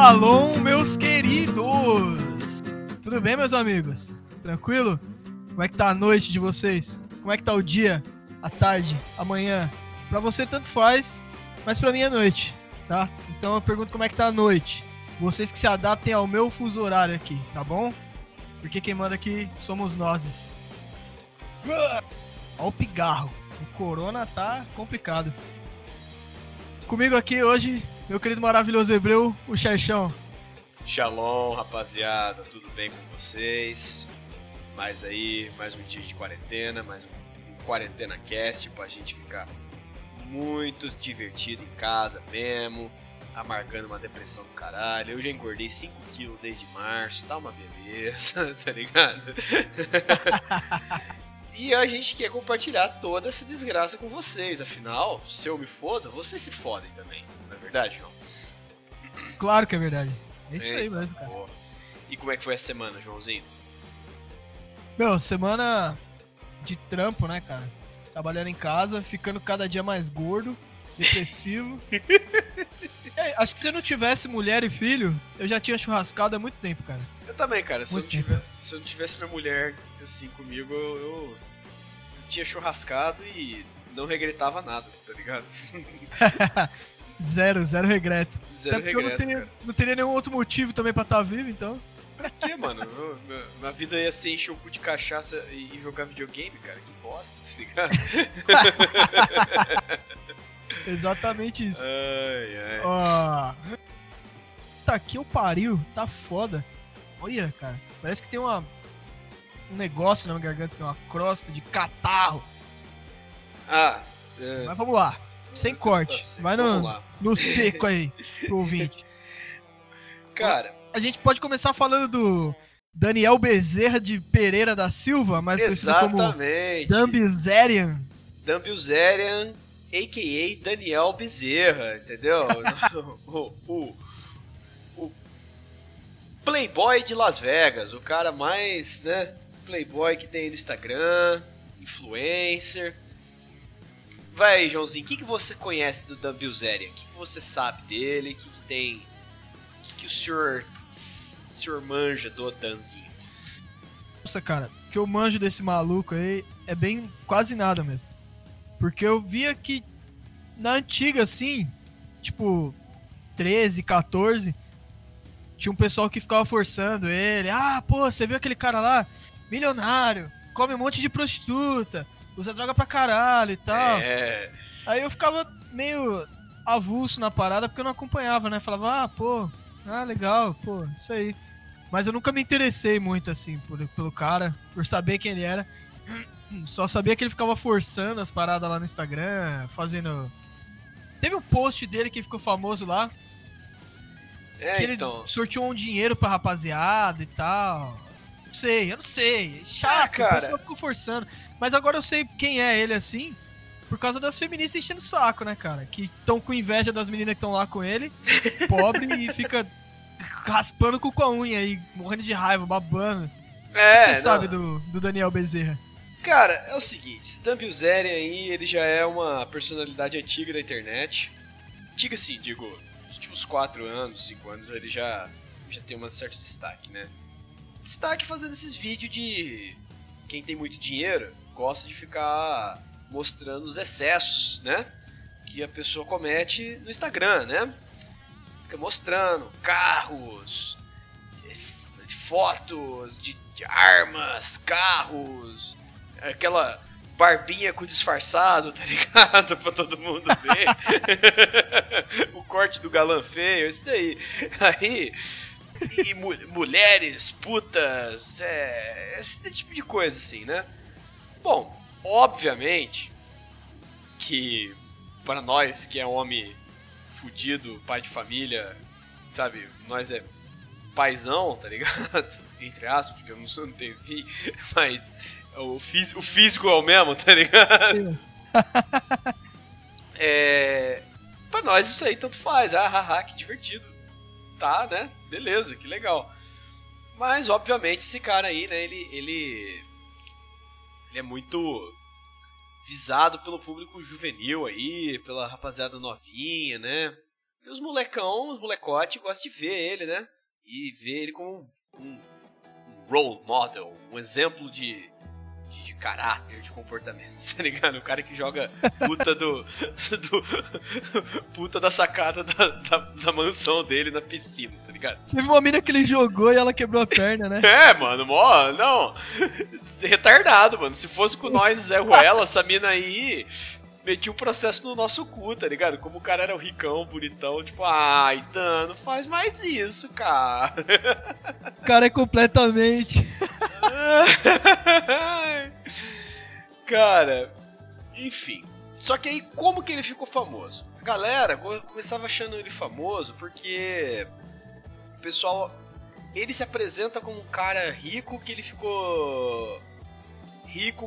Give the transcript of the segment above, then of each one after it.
Shalom, meus queridos! Tudo bem, meus amigos? Tranquilo? Como é que tá a noite de vocês? Como é que tá o dia, a tarde, amanhã? Pra você tanto faz, mas pra mim é noite, tá? Então eu pergunto como é que tá a noite. Vocês que se adaptem ao meu fuso horário aqui, tá bom? Porque quem manda aqui somos nós. Olha o pigarro. O corona tá complicado. Comigo aqui hoje, meu querido maravilhoso hebreu, o Xerxão. Shalom, rapaziada, tudo bem com vocês? Mais um dia de quarentena, mais um Quarentena Cast pra gente ficar muito divertido em casa mesmo, amargando uma depressão do caralho. Eu já engordei 5 kg desde março, tá uma beleza, tá ligado? E a gente quer compartilhar toda essa desgraça com vocês, afinal, se eu me fodo, vocês se fodem também, não é verdade, João? Claro que é verdade. É isso aí mesmo, cara. Porra. E como é que foi a semana, Joãozinho? Meu, semana de trampo, né, cara? Trabalhando em casa, ficando cada dia mais gordo, depressivo. Acho que se eu não tivesse mulher e filho, eu já tinha churrascado há muito tempo, cara. Eu também, cara. Se eu Muito não tivesse minha mulher assim comigo, eu tinha churrascado e não regretava nada, tá ligado? Zero regreto. Zero Até porque regreto, eu não teria nenhum outro motivo também pra estar vivo, então. Pra quê, mano? Minha vida ia ser encher o cu de cachaça e jogar videogame, cara. Que bosta, tá ligado? Exatamente isso. Ai. Ó. Tá aqui o pariu, tá foda. Olha, cara. Parece que tem um negócio na minha garganta, que é uma crosta de catarro. Mas vamos lá. Sem corte. Vai no seco aí, pro ouvinte. Cara, a gente pode começar falando do Daniel Bezerra de Pereira da Silva, mais conhecido como Dan Bilzerian. Dan Bilzerian, a.k.a. Daniel Bezerra, entendeu? o playboy de Las Vegas, o cara mais, né, playboy que tem no Instagram, influencer. Vai aí, Joãozinho, o que você conhece do Dan Bilzerian? O que você sabe dele? O que tem... O que o senhor manja do Danzinho? Nossa, cara, o que eu manjo desse maluco aí é bem quase nada mesmo. Porque eu via que na antiga, assim, tipo, 13, 14, tinha um pessoal que ficava forçando ele. Ah, pô, você viu aquele cara lá? Milionário, come um monte de prostituta, usa droga pra caralho e tal. Aí eu ficava meio avulso na parada porque eu não acompanhava, né? Falava, legal, pô, isso aí. Mas eu nunca me interessei muito, assim, pelo cara, por saber quem ele era. Só sabia que ele ficava forçando as paradas lá no Instagram, fazendo... Teve um post dele que ficou famoso lá, que ele sorteou um dinheiro pra rapaziada e tal. Eu não sei. Chato, cara. O pessoal ficou forçando. Mas agora eu sei quem é ele, assim, por causa das feministas enchendo o saco, né, cara? Que estão com inveja das meninas que estão lá com ele, pobre, e fica raspando com a unha aí, morrendo de raiva, babando. O que você sabe do Daniel Bezerra? Cara, é o seguinte, esse Dan Bilzerian aí, ele já é uma personalidade antiga da internet. Antiga assim, digo, nos últimos 4 anos, 5 anos, ele já tem um certo destaque, né? Destaque fazendo esses vídeos de quem tem muito dinheiro gosta de ficar mostrando os excessos, né? Que a pessoa comete no Instagram, né? Fica mostrando carros, fotos de armas, carros, aquela barbinha com disfarçado, tá ligado? Pra todo mundo ver. O corte do galã feio, esse daí. Aí... E mulheres, putas, esse tipo de coisa assim, né? Bom, obviamente que para nós que é homem fudido, pai de família, sabe, nós é paizão, tá ligado? Entre aspas, porque eu não tenho filho, mas o físico é o mesmo, tá ligado? Pra nós isso aí tanto faz, que divertido. Tá, né? Beleza, que legal. Mas, obviamente, esse cara aí, né, ele é muito visado pelo público juvenil aí, pela rapaziada novinha, né? E os molecotes gostam de ver ele, né? E ver ele como um role model, um exemplo de caráter, de comportamento, tá ligado? O cara que joga puta puta da sacada da mansão dele na piscina, tá ligado? Teve uma mina que ele jogou e ela quebrou a perna, né? Mano, não. Retardado, mano. Se fosse com nós, Zé Ruela, essa mina aí metia um processo no nosso cu, tá ligado? Como o cara era o ricão, bonitão, tipo, ai, Dan, não faz mais isso, cara. O cara é completamente... Cara, enfim. Só que aí, como que ele ficou famoso? A galera começava achando ele famoso porque o pessoal... Ele se apresenta como um cara rico que ele ficou rico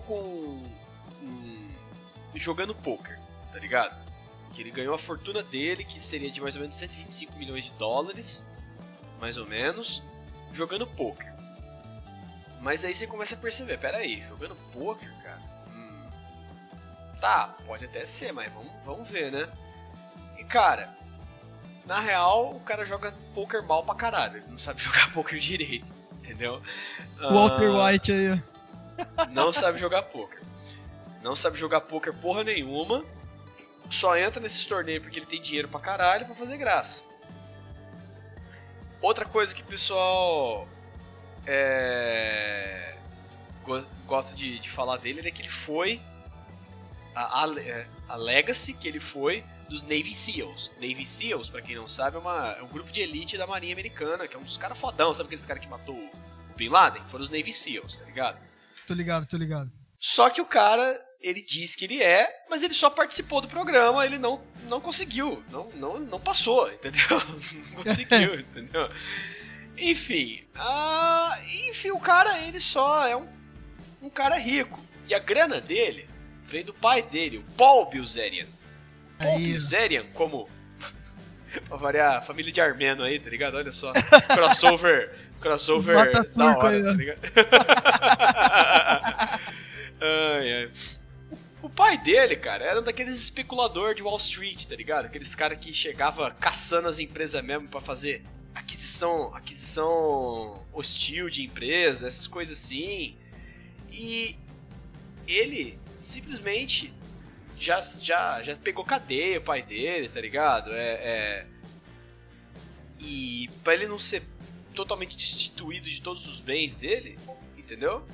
jogando poker, tá ligado? Que ele ganhou a fortuna dele, que seria de mais ou menos 125 milhões de dólares, mais ou menos, jogando poker. Mas aí você começa a perceber, peraí, jogando poker, cara? Tá, pode até ser, mas vamos ver, né? E cara, na real, o cara joga poker mal pra caralho, ele não sabe jogar poker direito, entendeu? Walter White aí, ó. Não sabe jogar poker. Não sabe jogar poker porra nenhuma. Só entra nesses torneios porque ele tem dinheiro pra caralho pra fazer graça. Outra coisa que o pessoal gosta de falar dele é que ele foi a legacy que ele foi dos Navy Seals. Navy Seals, pra quem não sabe, é um grupo de elite da Marinha Americana, que é um dos caras fodão, sabe aqueles caras que matou o Bin Laden? Foram os Navy Seals, tá ligado? Tô ligado. Só que o cara, ele diz que ele mas ele só participou do programa, ele não conseguiu, não passou, entendeu? Não conseguiu, entendeu? Enfim, o cara, ele só é um cara rico. E a grana dele veio do pai dele, o Paul Bilzerian. Paul Bilzerian, como... pra variar, família de armeno aí, tá ligado? Olha só, crossover da hora, tá ligado? O pai dele, cara, era um daqueles especuladores de Wall Street, tá ligado? Aqueles caras que chegava caçando as empresas mesmo pra fazer aquisição hostil de empresa, essas coisas assim. E ele simplesmente já pegou cadeia, o pai dele, tá ligado? E pra ele não ser totalmente destituído de todos os bens dele, entendeu?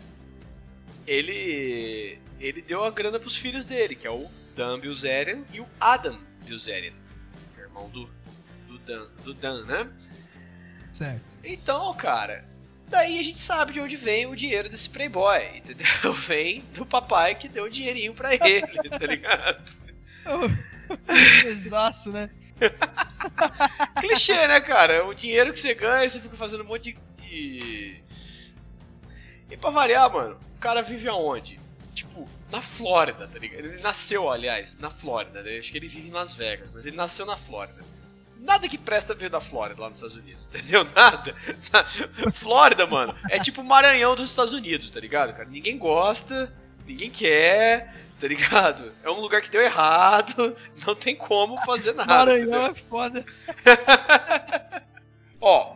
Ele deu a grana pros filhos dele, que é o Dan Bilzerian e o Adam Bilzerian, que é irmão do Dan, né? Certo. Então, cara, daí a gente sabe de onde vem o dinheiro desse playboy, entendeu? Vem do papai que deu o dinheirinho pra ele, tá ligado? Exato, né? Clichê, né, cara? O dinheiro que você ganha, você fica fazendo um monte de... E pra variar, mano, o cara vive aonde? Tipo, na Flórida, tá ligado? Ele nasceu, aliás, na Flórida, né? Acho que ele vive em Las Vegas, mas ele nasceu na Flórida. Nada que presta veio da Flórida, lá nos Estados Unidos, entendeu? Nada. Flórida, mano, é tipo o Maranhão dos Estados Unidos, tá ligado, cara? Ninguém gosta, ninguém quer, tá ligado? É um lugar que deu errado, não tem como fazer nada. Maranhão é foda. Ó.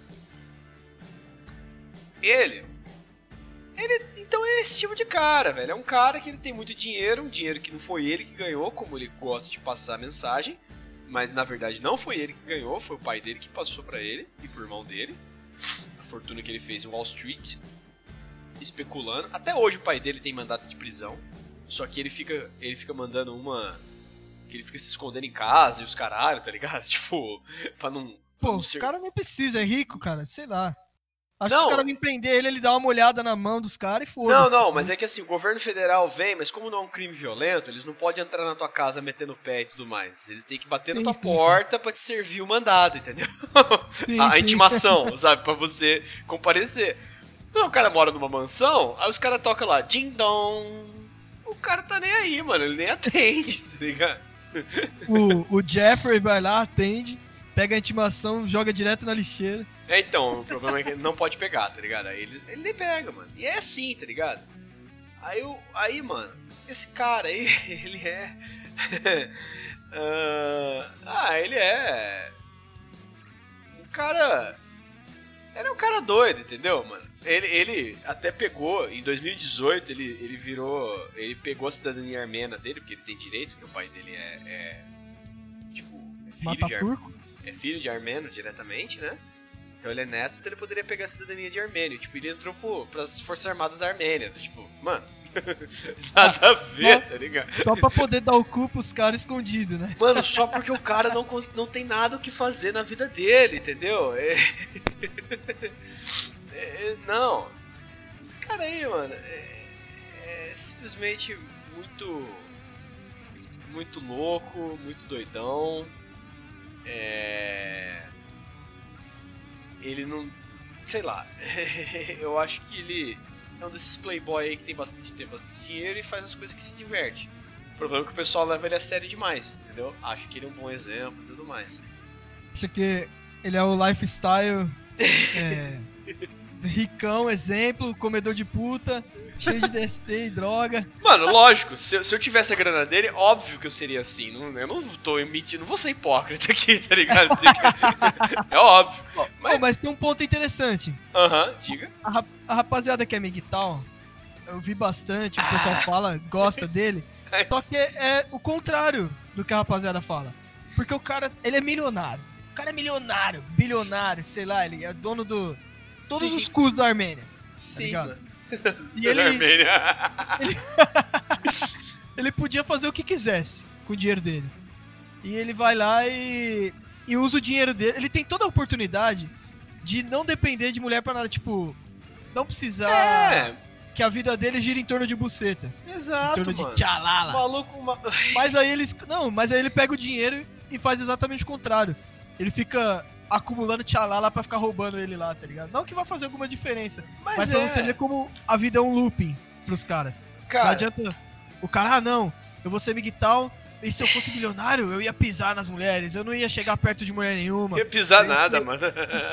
Ele, então, é esse tipo de cara, velho. É um cara que ele tem muito dinheiro, um dinheiro que não foi ele que ganhou, como ele gosta de passar a mensagem. Mas, na verdade, não foi ele que ganhou, foi o pai dele que passou pra ele e pro irmão dele. A fortuna que ele fez em Wall Street, especulando. Até hoje o pai dele tem mandato de prisão, só que ele fica mandando que ele fica se escondendo em casa e os caralho, tá ligado? Tipo, pra não... Pô, não os ser... caras nem precisam, é rico, cara, sei lá. Acho Não. que os caras vêm prender ele dá uma olhada na mão dos caras e foda-se. Não, mas é que assim, o governo federal vem, mas como não é um crime violento, eles não podem entrar na tua casa metendo o pé e tudo mais. Eles têm que bater na tua porta pra te servir o mandado, entendeu? A intimação, sabe? Pra você comparecer. Não, o cara mora numa mansão, aí os caras tocam lá, ding dong. O cara tá nem aí, mano, ele nem atende, tá ligado? O Jeffrey vai lá, atende, pega a intimação, joga direto na lixeira. Então, o problema é que ele não pode pegar, tá ligado? Aí ele nem pega, mano. E é assim, tá ligado? Aí, mano, esse cara aí, ele é... Ele é... um cara... Ele é um cara doido, entendeu, mano? Ele até pegou, em 2018, ele virou... Ele pegou a cidadania armênia dele, porque ele tem direito, porque o pai dele é filho de armênio diretamente, né? Então ele é neto, então ele poderia pegar a cidadania de armênio. Tipo, ele entrou pras Forças Armadas da Armênia. Tipo, mano... Nada a ver, tá ligado? Só pra poder dar o cu pros caras escondidos, né? Mano, só porque o cara não tem nada o que fazer na vida dele, entendeu? Não. Esse cara aí, mano, é simplesmente muito louco, muito doidão. Ele não... sei lá. Eu acho que ele... é um desses playboy aí que tem bastante dinheiro e faz as coisas que se diverte. O problema é que o pessoal leva ele a sério demais, entendeu? Acho que ele é um bom exemplo e tudo mais. Acho que ele é o lifestyle ricão, exemplo, comedor de puta, cheio de DST e droga. Mano, lógico, se eu tivesse a grana dele, óbvio que eu seria assim. Eu não tô emitindo, não vou ser hipócrita aqui, tá ligado? É óbvio. Mas tem um ponto interessante. Diga. A rapaziada que é migtal, eu vi bastante, o pessoal fala, gosta dele. Só que é o contrário do que a rapaziada fala. Porque o cara, ele é milionário. O cara é milionário, bilionário, sei lá, ele é dono do... todos os cus da Armênia. Sim, tá ligado? Mano. E ele podia fazer o que quisesse com o dinheiro dele. E ele vai lá e usa o dinheiro dele. Ele tem toda a oportunidade de não depender de mulher pra nada. Tipo, não precisar que a vida dele gira em torno de buceta. Exato, em torno mano. de tchalala. Maluco, Mas aí ele pega o dinheiro e faz exatamente o contrário. Ele fica acumulando tchalala pra ficar roubando ele lá, tá ligado? Não que vai fazer alguma diferença, mas pra você ver como a vida é um looping pros caras. Cara, não adianta o cara, não, eu vou ser migtal, e se eu fosse milionário, eu ia pisar nas mulheres, eu não ia chegar perto de mulher nenhuma. Ia pisar nada, mano.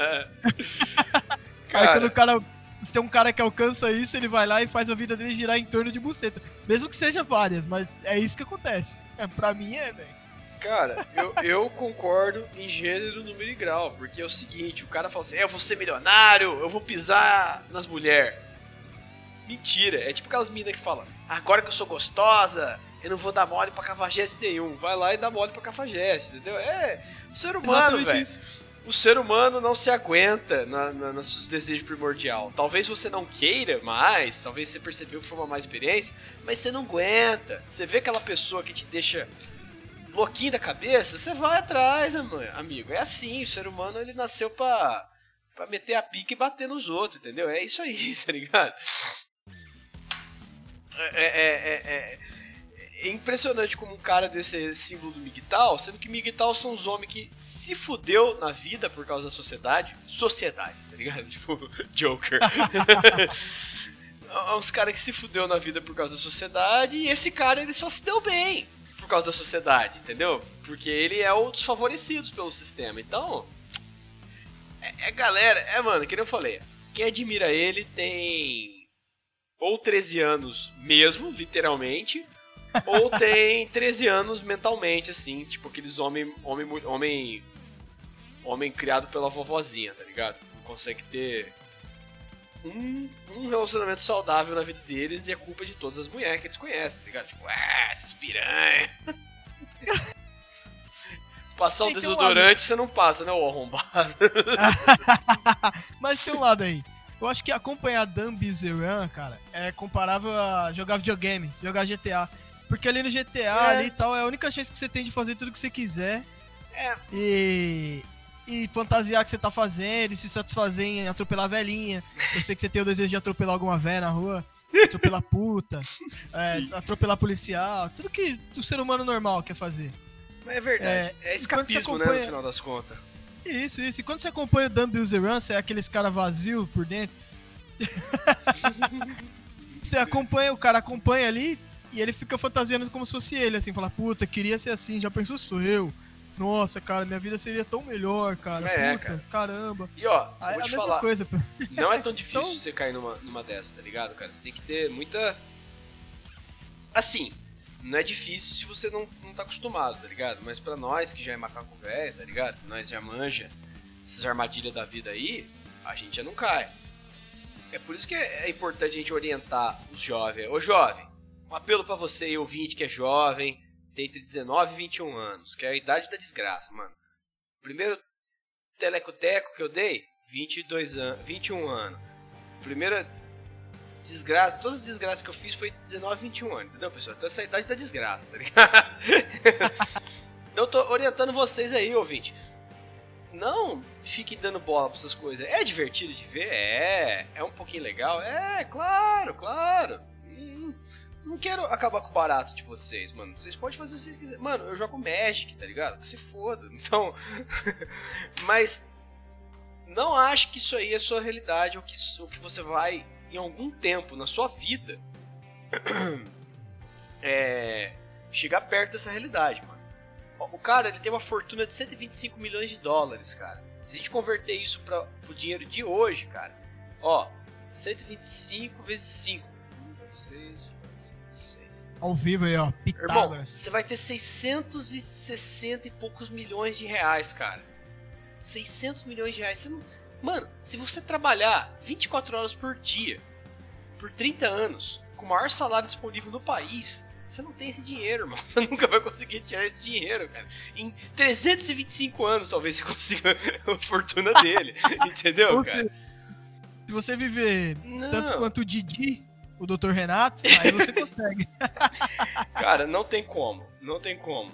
Aí quando o cara, se tem um cara que alcança isso, ele vai lá e faz a vida dele girar em torno de buceta. Mesmo que seja várias, mas é isso que acontece. Pra mim velho. Cara, eu concordo em gênero, número e grau, porque é o seguinte, o cara fala assim, eu vou ser milionário, eu vou pisar nas mulheres. Mentira, é tipo aquelas minas que falam, agora que eu sou gostosa, eu não vou dar mole pra cafajeste nenhum. Vai lá e dá mole pra cafajeste, entendeu? É, o ser humano, velho. O ser humano não se aguenta nos seus desejos primordial. Talvez você não queira mais, talvez você percebeu que foi uma má experiência, mas você não aguenta. Você vê aquela pessoa que te deixa... louquinho da cabeça, você vai atrás, amigo. É assim, o ser humano ele nasceu pra meter a pica e bater nos outros, entendeu? É isso aí, tá ligado? É impressionante como um cara desse símbolo do migtal, sendo que migtal são os homens que se fudeu na vida por causa da sociedade, tá ligado? Tipo, Joker. Uns caras que se fudeu na vida por causa da sociedade e esse cara ele só se deu bem por causa da sociedade, entendeu? Porque ele é um dos favorecidos pelo sistema. Então, galera, mano, que nem eu falei, quem admira ele tem ou 13 anos mesmo, literalmente, ou tem 13 anos mentalmente, assim, tipo aqueles homem criado pela vovozinha, tá ligado? Não consegue ter um relacionamento saudável na vida deles e é culpa de todas as mulheres que eles conhecem, tá ligado? Tipo, essas piranhas. Passar o desodorante você não passa, né, ô arrombado? Mas tem um lado aí. Eu acho que acompanhar Dan Bilzerian, cara, é comparável a jogar videogame, jogar GTA. Porque ali no GTA ali e tal, é a única chance que você tem de fazer tudo que você quiser. E fantasiar que você tá fazendo, e se satisfazer em atropelar a velhinha. Eu sei que você tem o desejo de atropelar alguma velha na rua, atropelar puta, atropelar policial, tudo que o ser humano normal quer fazer. Mas é verdade, é escapismo, né, no final das contas. Isso. E quando você acompanha o Dan Bilzerian, você é aqueles cara vazio por dentro. Você acompanha, o cara acompanha ali, e ele fica fantasiando como se fosse ele, assim, falar, puta, queria ser assim, já pensou, sou eu. Nossa, cara, minha vida seria tão melhor, cara. Puta, cara. Caramba. E ó, eu vou te falar, coisa. não é tão difícil você cair numa dessa, tá ligado, cara? Você tem que ter muita... Assim, Não é difícil se você não tá acostumado, tá ligado? Mas pra nós que já é macaco velho, tá ligado? Nós já manja essas armadilhas da vida aí, a gente já não cai. É por isso que é importante a gente orientar os jovens. Ô jovem, um apelo pra você, ouvinte que é jovem, tem entre 19 e 21 anos, que é a idade da desgraça, mano. Primeiro telecoteco que eu dei, 21 anos. Primeira desgraça, todas as desgraças que eu fiz foi entre 19 e 21 anos, entendeu, pessoal? Então essa é a idade da desgraça, tá ligado? Então eu tô orientando vocês aí, ouvinte. Não fiquem dando bola pra essas coisas. É divertido de ver? É um pouquinho legal? É, claro. Não quero acabar com o barato de vocês, mano. Vocês podem fazer o que vocês quiserem. Mano, eu jogo Magic, tá ligado? Que se foda. Então. Mas. Não acho que isso aí é sua realidade ou que você vai, em algum tempo na sua vida, chegar perto dessa realidade, mano. O cara, ele tem uma fortuna de 125 milhões de dólares, cara. Se a gente converter isso pro dinheiro de hoje, cara, ó, 125 vezes 5. 1, 2, 3, 4, 5, 6. Ao vivo aí, ó, Pitágoras. Irmão, você vai ter 660 e poucos milhões de reais, cara. 600 milhões de reais. Você não... Mano, se você trabalhar 24 horas por dia, por 30 anos, com o maior salário disponível no país, você não tem esse dinheiro, irmão. Você nunca vai conseguir tirar esse dinheiro, cara. Em 325 anos, talvez você consiga a fortuna dele. Entendeu, cara? Se você viver tanto quanto o Didi, o Dr. Renato, aí você consegue. Cara, não tem como. Não tem como.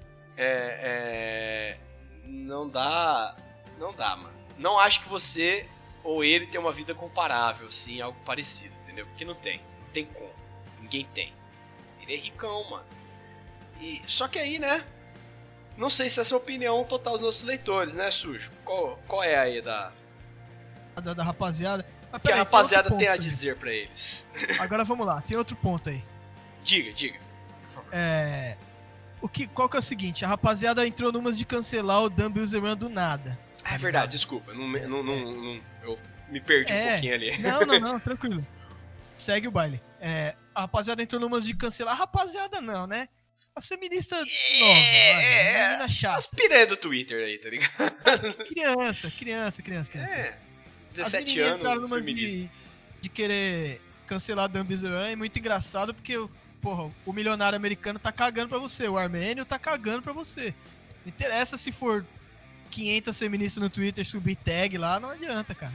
Não dá, mano. Não acho que você ou ele tem uma vida comparável, assim, algo parecido, entendeu? Porque não tem. Não tem como. Ninguém tem. Ele é ricão, mano. Só que aí, né? Não sei se essa é a opinião total dos nossos leitores, né, Sujo? Qual é aí da rapaziada? O que a rapaziada tem a dizer pra eles? Agora vamos lá, tem outro ponto aí. Diga. Qual que é o seguinte? A rapaziada entrou numas de cancelar o Dan Bilzerian do nada. É verdade, desculpa. Eu me perdi um pouquinho ali. Não, tranquilo. Segue o baile. A rapaziada entrou numas de cancelar. A rapaziada não, né? A feminista nova, menina chata. As piranhas do Twitter aí, tá ligado? Criança. 17 anos, entraram numa feminista. de querer cancelar a Dan Bilzerian. É muito engraçado porque, porra, o milionário americano tá cagando pra você. O armênio tá cagando pra você. Não interessa se for 500 feministas no Twitter subir tag lá, não adianta, cara.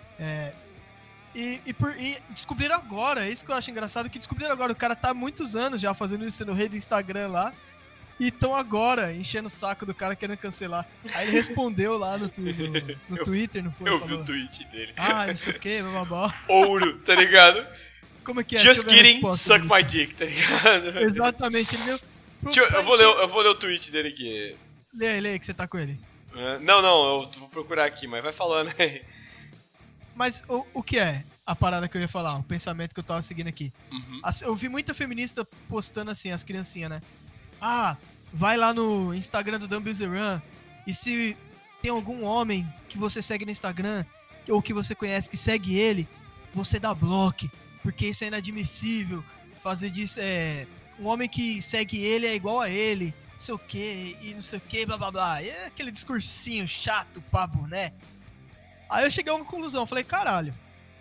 E descobriram agora, é isso que eu acho engraçado, que descobriram agora, o cara tá há muitos anos já fazendo isso no rede do Instagram lá, e estão agora enchendo o saco do cara querendo cancelar. Aí ele respondeu lá no Twitter, não foi? Eu vi o tweet dele. Não sei o que, blá. Ouro, tá ligado? Como é que é? Just kidding, suck my dick, tá ligado? Exatamente, ele eu vou ler o tweet dele aqui. Lê aí que você tá com ele. Não, eu vou procurar aqui, mas vai falando aí. Mas o que é a parada que eu ia falar, o pensamento que eu tava seguindo aqui? Uhum. Eu vi muita feminista postando assim, as criancinhas, né? Vai lá no Instagram do Dan Bilzerian e se tem algum homem que você segue no Instagram ou que você conhece que segue ele, você dá bloco, porque isso é inadmissível. Fazer disso um homem que segue ele é igual a ele, não sei o que, e não sei o que, blá blá blá. E é aquele discursinho chato, pra boné. Aí eu cheguei a uma conclusão, falei, caralho,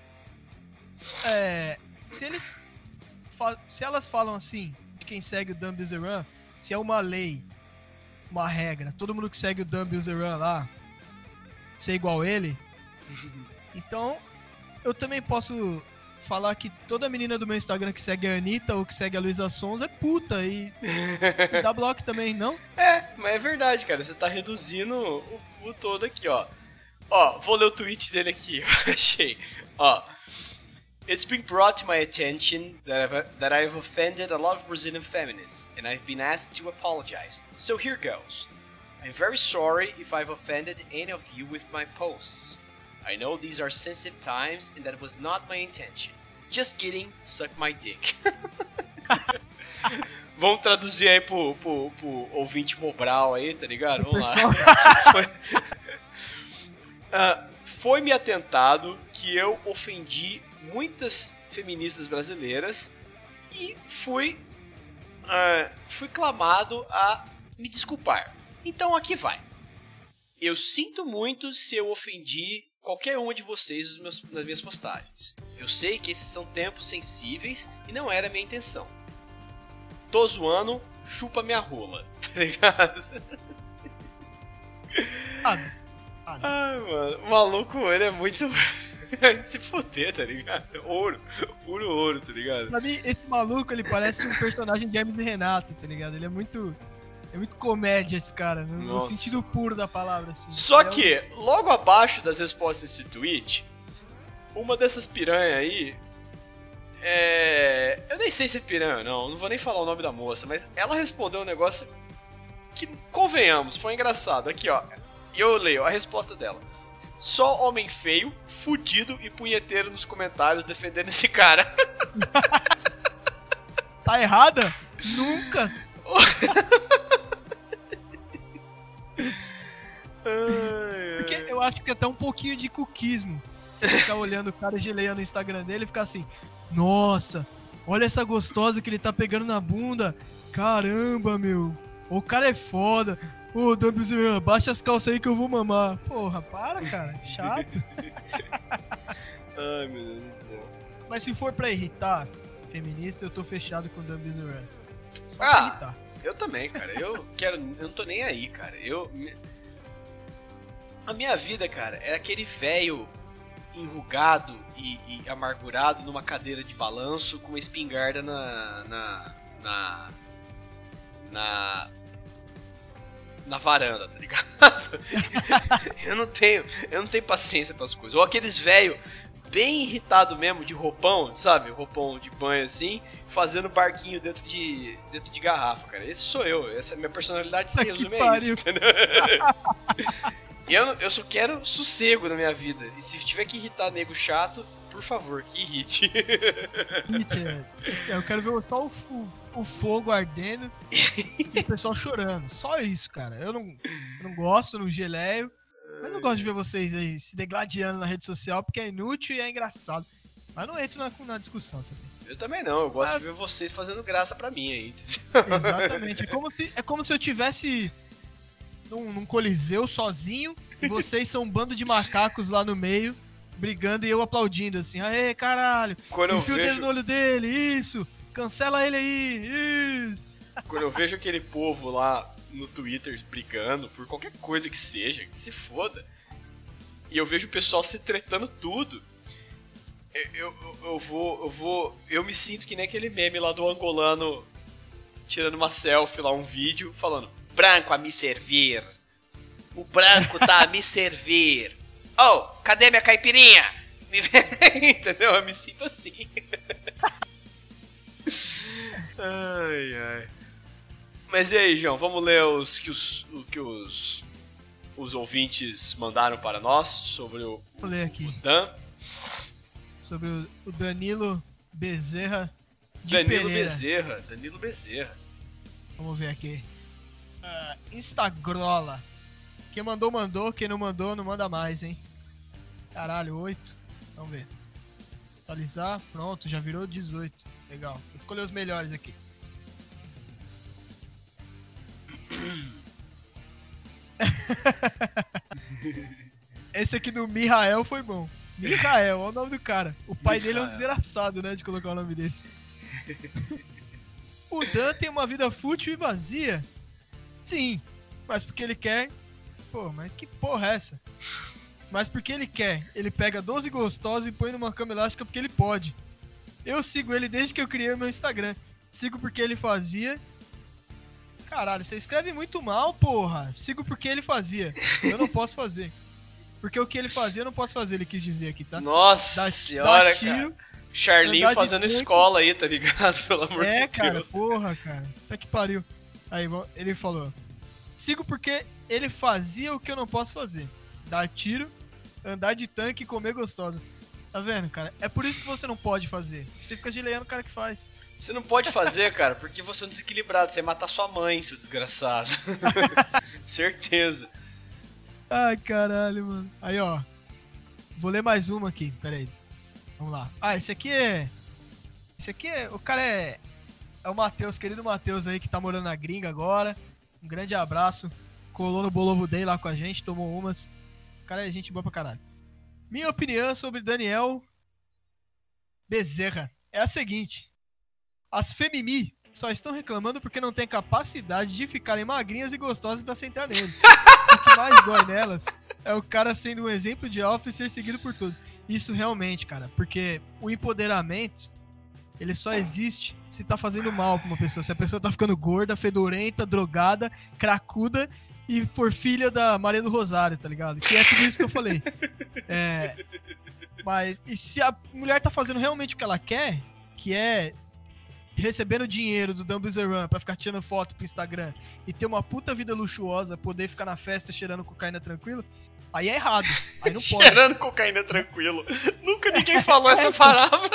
se elas falam assim, de quem segue o Dan Bilzerian, se é uma lei, uma regra, todo mundo que segue o Dan Bilzerian lá, ser igual a ele, então eu também posso falar que toda menina do meu Instagram que segue a Anitta ou que segue a Luísa Sons é puta e dá bloco também, não? Mas é verdade, cara, você tá reduzindo o todo aqui, ó. Vou ler o tweet dele aqui, eu achei. It's been brought to my attention that I've offended a lot of Brazilian feminists, and I've been asked to apologize. So here goes. I'm very sorry if I've offended any of you with my posts. I know these are sensitive times and that was not my intention. Just kidding, suck my dick. Vamos traduzir aí pro ouvinte Mobral aí, tá ligado? Vamos lá. Foi-me atentado que eu ofendi muitas feministas brasileiras e fui fui clamado a me desculpar. Então aqui vai. Eu sinto muito se eu ofendi qualquer um de vocês nas minhas postagens. Eu sei que esses são tempos sensíveis e não era a minha intenção. Tô zoando, chupa minha rola, tá ligado? Ai, mano, o maluco, ele é muito... se fuder, tá ligado? Ouro, puro ouro, tá ligado? Pra mim, esse maluco, ele parece um personagem de Hermes e Renato, tá ligado? Ele é muito comédia, esse cara, no sentido puro da palavra, assim. Só que, logo abaixo das respostas desse tweet, uma dessas piranha aí... Eu nem sei se é piranha, não vou nem falar o nome da moça, mas ela respondeu um negócio que, convenhamos, foi engraçado. Aqui, ó, e eu leio a resposta dela. Só homem feio, fudido e punheteiro nos comentários defendendo esse cara. Tá errada? Nunca! Porque eu acho que é até um pouquinho de cuquismo. Você ficar olhando o cara geleando no Instagram dele e ficar assim: nossa, olha essa gostosa que ele tá pegando na bunda. Caramba, meu. O cara é foda. Ô, Dumbzera, baixa as calças aí que eu vou mamar. Porra, para, cara. Chato. Ai, meu Deus do céu. Mas se for pra irritar feminista, eu tô fechado com o Dumbzera. Só pra irritar. Eu também, cara. Eu não tô nem aí, cara. A minha vida, cara, é aquele velho enrugado e amargurado numa cadeira de balanço com uma espingarda na varanda, tá ligado? eu não tenho paciência pras coisas. Ou aqueles velho bem irritado mesmo, de roupão, sabe? Roupão de banho assim, fazendo barquinho dentro de garrafa, cara. Esse sou eu. Essa é a minha personalidade, se resume a isso, entendeu? Eu só quero sossego na minha vida. E se tiver que irritar nego chato, por favor, que irrite. Eu quero ver só o fogo ardendo e o pessoal chorando. Só isso, cara. Eu não gosto, não geleio. Mas eu gosto de ver vocês aí se degladiando na rede social porque é inútil e é engraçado. Mas não entro na discussão também. Eu também não. Eu gosto de ver vocês fazendo graça pra mim aí. Exatamente. É como se eu tivesse num coliseu sozinho e vocês são um bando de macacos lá no meio brigando e eu aplaudindo assim. Aê, caralho. Enfia o dedo no olho dele. Isso. Cancela ele aí. Isso. Quando eu vejo aquele povo lá no Twitter brigando por qualquer coisa que seja, que se foda, e eu vejo o pessoal se tretando tudo, eu me sinto que nem aquele meme lá do angolano tirando uma selfie lá, um vídeo, falando: branco a me servir, o branco tá a me servir, oh, cadê minha caipirinha? Entendeu? Eu me sinto assim. Ai, ai. Mas e aí, João, vamos ler o que os ouvintes mandaram para nós sobre o Dan? Sobre o Danilo Bezerra de Danilo Pereira. Danilo Bezerra. Vamos ver aqui. Instagrola. Quem mandou, quem não mandou, não manda mais, hein? Caralho, 8. Vamos ver. Atualizar, pronto, já virou 18. Legal, vou escolher os melhores aqui. Esse aqui do Mihael foi bom. Mihael, olha o nome do cara. O pai dele é um desgraçado, né, de colocar o nome desse. O Dan tem uma vida fútil e vazia? Sim, mas porque ele quer... Pô, mas que porra é essa? Mas porque ele quer. Ele pega 12 gostosas e põe numa cama elástica porque ele pode. Eu sigo ele desde que eu criei o meu Instagram. Sigo porque ele fazia... Caralho, você escreve muito mal, porra. Sigo porque ele fazia. Eu não posso fazer. Porque o que ele fazia eu não posso fazer, ele quis dizer aqui, tá? Nossa senhora, cara. Charlinho fazendo escola aí, tá ligado? Pelo amor de Deus. Cara, porra, cara. Até que pariu. Aí ele falou: sigo porque ele fazia o que eu não posso fazer. Dar tiro, andar de tanque e comer gostosas. Tá vendo, cara? É por isso que você não pode fazer. Você fica gileando o cara que faz. Você não pode fazer, cara, porque você é um desequilibrado. Você ia matar sua mãe, seu desgraçado. Certeza. Ai, caralho, mano. Aí, ó. Vou ler mais uma aqui, pera aí. Vamos lá. Esse aqui é... O cara é é o Matheus, querido Matheus aí, que tá morando na gringa agora. Um grande abraço. Colou no Bolovo Day lá com a gente, tomou umas. O cara é gente boa pra caralho. Minha opinião sobre Daniel Bezerra é a seguinte. As femimi só estão reclamando porque não tem capacidade de ficarem magrinhas e gostosas pra sentar nele. O que mais dói nelas é o cara sendo um exemplo de alfa e ser seguido por todos. Isso realmente, cara, porque o empoderamento, ele só existe se tá fazendo mal pra uma pessoa. Se a pessoa tá ficando gorda, fedorenta, drogada, cracuda e for filha da Maria do Rosário, tá ligado? Que é tudo isso que eu falei. Mas, e se a mulher tá fazendo realmente o que ela quer, que é recebendo dinheiro do Dumbbells Run pra ficar tirando foto pro Instagram e ter uma puta vida luxuosa, poder ficar na festa cheirando cocaína tranquilo, aí é errado. Aí não pode. Cheirando cocaína tranquilo. Nunca ninguém falou essa palavra.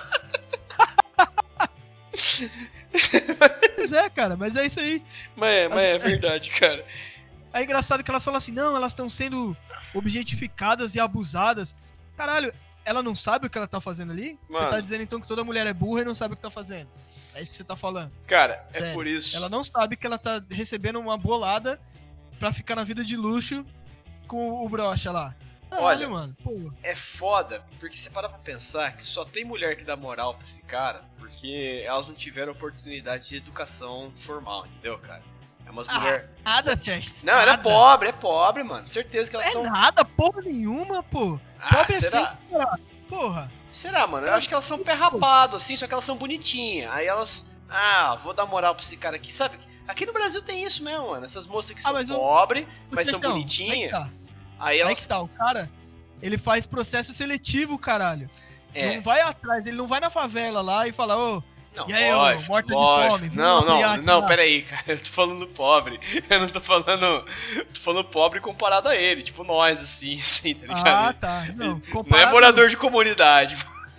Pois é, cara, mas é isso aí. Mas é verdade, cara. É engraçado que elas falam assim, não, elas estão sendo objetificadas e abusadas. Caralho, ela não sabe o que ela tá fazendo ali? Mano. Você tá dizendo então que toda mulher é burra e não sabe o que tá fazendo. É isso que você tá falando. Cara, Sério. é por isso. Ela não sabe que ela tá recebendo uma bolada pra ficar na vida de luxo com o brocha lá. Caralho, Olha, mano. Pô. É foda, porque você para pra pensar que só tem mulher que dá moral pra esse cara porque elas não tiveram oportunidade de educação formal, entendeu, cara? É umas mulheres... Nada, Chess. Não, ela é pobre, mano. Certeza que elas são... nada, porra nenhuma, pô. Pobre será? É feio, cara. Porra. Será, mano? Eu acho que elas são pé rapado, assim, só que elas são bonitinhas. Aí elas... vou dar moral pra esse cara aqui, sabe? Aqui no Brasil tem isso mesmo, mano. Essas moças que são pobres, mas são bonitinhas. Aí elas... Aí que tá, o cara, ele faz processo seletivo, caralho. É. Não vai atrás, ele não vai na favela lá e fala, ô, Não, e aí, lógico, ô, morta de lógico. fome. Não, peraí, cara. Eu tô falando pobre. Eu não tô falando... Tô falando pobre comparado a ele. Tipo, nós, assim, tá ligado? Ah, tá. Não, Não é morador de comunidade.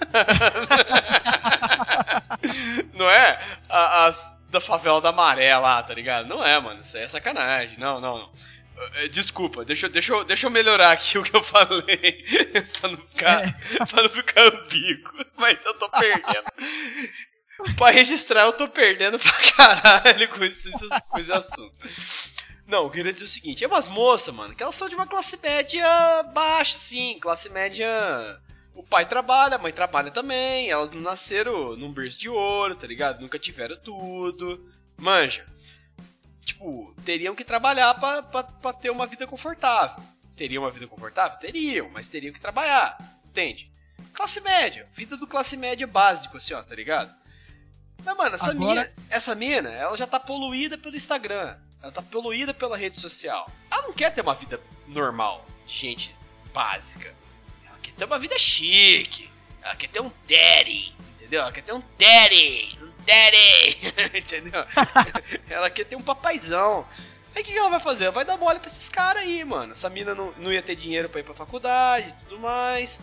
Não é as da favela da Maré lá, tá ligado? Não é, mano. Isso aí é sacanagem. Não. Desculpa, deixa eu melhorar aqui o que eu falei. pra não ficar ambíguo. Mas eu tô perdendo. Pra registrar, eu tô perdendo pra caralho com esse assunto. Não, eu queria dizer o seguinte. É umas moças, mano, que elas são de uma classe média baixa, sim. Classe média... O pai trabalha, a mãe trabalha também. Elas não nasceram num berço de ouro, tá ligado? Nunca tiveram tudo. Manja. Tipo, teriam que trabalhar pra ter uma vida confortável. Teriam uma vida confortável? Teriam, mas teriam que trabalhar. Entende? Classe média. Vida do classe média básico, assim, ó, tá ligado? Mas, mano, essa mina, ela já tá poluída pelo Instagram. Ela tá poluída pela rede social. Ela não quer ter uma vida normal, de gente básica. Ela quer ter uma vida chique. Ela quer ter um daddy, entendeu? Ela quer ter um daddy, entendeu? Ela quer ter um papaizão. Aí o que ela vai fazer? Ela vai dar mole pra esses caras aí, mano. Essa mina não ia ter dinheiro pra ir pra faculdade e tudo mais.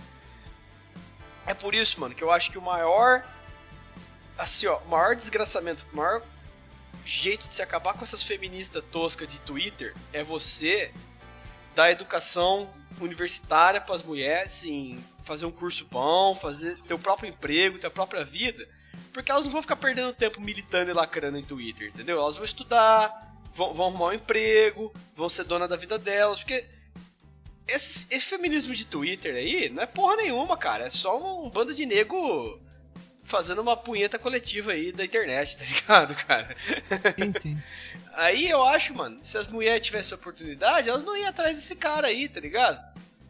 É por isso, mano, que eu acho que o maior... Assim, ó, o maior desgraçamento, o maior jeito de se acabar com essas feministas toscas de Twitter é você dar educação universitária pras mulheres, assim, fazer um curso bom, fazer teu próprio emprego, tua própria vida, porque elas não vão ficar perdendo tempo militando e lacrando em Twitter, entendeu? Elas vão estudar, vão arrumar um emprego, vão ser dona da vida delas, porque esse feminismo de Twitter aí não é porra nenhuma, cara, é só um bando de nego... fazendo uma punheta coletiva aí da internet, tá ligado, cara? Sim. Aí eu acho, mano, se as mulheres tivessem oportunidade, elas não iam atrás desse cara aí, tá ligado?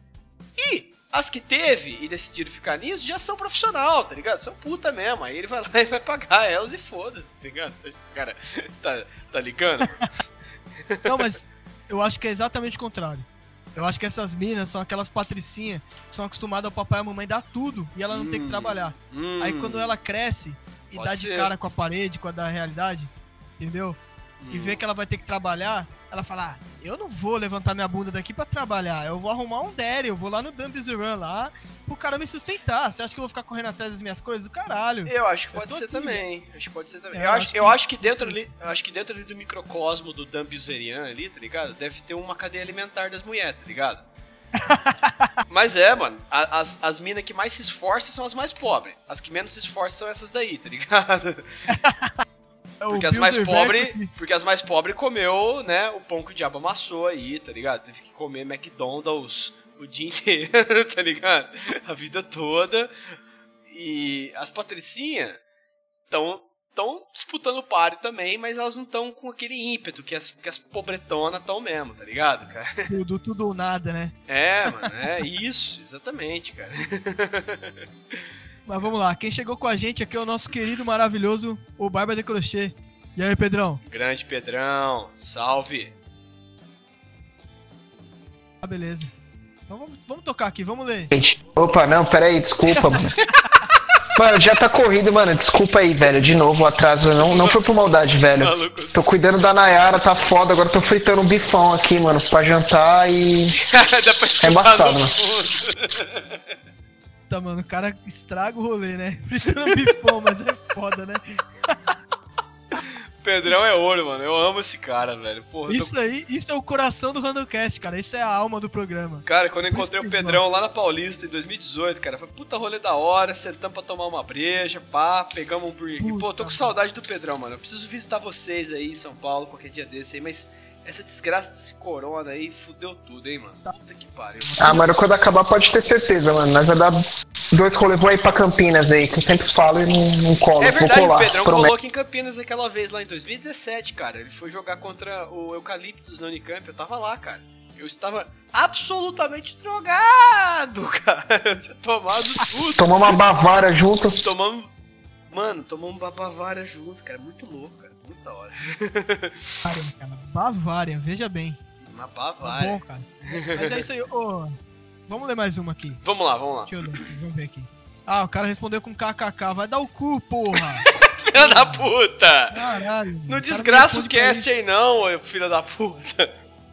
E as que teve e decidiram ficar nisso já são profissional, tá ligado? São puta mesmo. Aí ele vai lá e vai pagar elas e foda-se, tá ligado? O cara tá ligando? Não, mas eu acho que é exatamente o contrário. Eu acho que essas minas são aquelas patricinhas que são acostumadas ao papai e a mamãe dar tudo e ela não tem que trabalhar. Aí quando ela cresce e dá de cara com a parede, com a da realidade, entendeu? E vê que ela vai ter que trabalhar, ela fala, eu não vou levantar minha bunda daqui pra trabalhar, eu vou arrumar um daddy, eu vou lá no Dumbbells Run lá pro cara me sustentar. Você acha que eu vou ficar correndo atrás das minhas coisas? Do caralho. Eu acho que pode ser também. Acho que pode ser também. Eu acho que dentro ali do microcosmo do Dumbbellserian ali, tá ligado? Deve ter uma cadeia alimentar das mulheres, tá ligado? Mas mano, as minas que mais se esforçam são as mais pobres. As que menos se esforçam são essas daí, tá ligado? Porque as mais pobres comeu, né, o pão que o diabo amassou aí, tá ligado? Teve que comer McDonald's o dia inteiro, tá ligado? A vida toda. E as patricinhas estão disputando o páreo também, mas elas não estão com aquele ímpeto que as pobretonas estão mesmo, tá ligado, cara? Tudo ou nada, né? Mano, é isso, exatamente, cara. Mas vamos lá, quem chegou com a gente aqui é o nosso querido, maravilhoso, o Barba de Crochê. E aí, Pedrão? Grande Pedrão, salve! Ah, beleza. Então vamos tocar aqui, vamos ler. Opa, não, peraí, desculpa. Mano, já tá corrido, mano, desculpa aí, velho, de novo o atraso, não foi por maldade, velho. Maluco. Tô cuidando da Nayara, tá foda, agora tô fritando um bifão aqui, mano, pra jantar e... Dá pra escutar é embaçado, no mano. fundo. Tá, mano, o cara estraga o rolê, né? Fritando bifão, mas é foda, né? Pedrão é ouro, mano. Eu amo esse cara, velho. Porra, Isso é o coração do Randomcast, cara. Isso é a alma do programa. Cara, quando eu encontrei o Pedrão lá na Paulista em 2018, cara, foi puta rolê da hora, sentamos pra tomar uma breja, pá, pegamos um burger aqui. Pô, tô com saudade do Pedrão, mano. Eu preciso visitar vocês aí em São Paulo qualquer dia desse aí, mas essa desgraça desse corona aí fudeu tudo, hein, mano. Puta que pariu. Ah, mano, quando acabar pode ter certeza, mano. Nós vai dar 2 rolês, vou aí pra Campinas aí, que eu sempre falo e não colo. É verdade, vou colar, o Pedrão prometo. colou aqui em Campinas aquela vez, lá em 2017, cara. Ele foi jogar contra o Eucaliptus na Unicamp, eu tava lá, cara. Eu estava absolutamente drogado, cara. Eu tinha tomado tudo. Tomamos uma Bavária junto. Tomamos uma Bavária junto, cara. Muito louco, cara. Muito da hora. Bavária, veja bem. Uma Tá Bavária. bom, cara. Mas é isso aí, ô. Vamos ler mais uma aqui. Vamos lá. Deixa eu ler, vamos ver aqui. Ah, o cara respondeu com kkk. Vai dar o cu, porra. Filha da puta! Caralho. Não desgraça o cast aí não, filha da puta.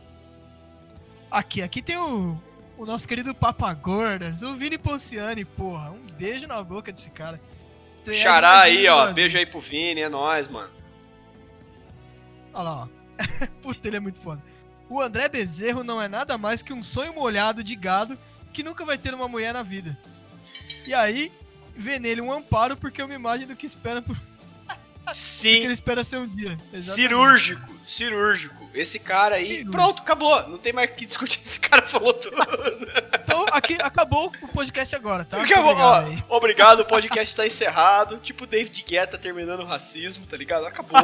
Aqui tem o nosso querido Papagordas, o Vini Ponciani, porra. Um beijo na boca desse cara. Xará aí, ó. Beijo aí pro Vini, é nóis, mano. Olha lá, ó. Puta, ele é muito foda. O André Bezerro não é nada mais que um sonho molhado de gado que nunca vai ter uma mulher na vida. E aí, vê nele um amparo porque é uma imagem do que espera por... Sim. Porque ele espera ser um dia. Exatamente. Cirúrgico. Esse cara aí... Cirúrgico. Pronto, acabou. Não tem mais o que discutir. Esse cara falou tudo. Então, aqui acabou o podcast agora, tá? Acabou, Obrigado aí. obrigado, o podcast tá encerrado. Tipo David Guetta terminando o racismo, tá ligado? Acabou.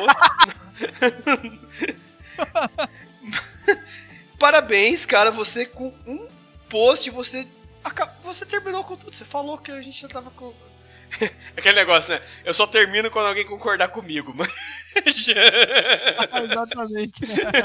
Parabéns, cara. Você com um post, você terminou com tudo. Você falou que a gente já tava com... Aquele negócio, né? Eu só termino quando alguém concordar comigo, mas... Exatamente.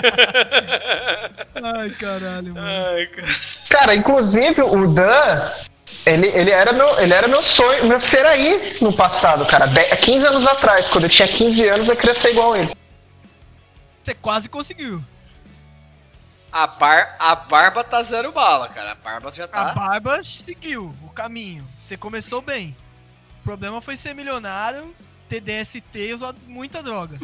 Ai, caralho, mano. Ai, cara. Cara, inclusive o Dan, ele era meu sonho, meu ser aí no passado, cara. 15 anos atrás, quando eu tinha 15 anos, eu queria ser igual a ele. Você quase conseguiu. A barba tá zero bala, cara. A barba já tá... A barba seguiu o caminho. Você começou bem. O problema foi ser milionário, ter DST e usar muita droga.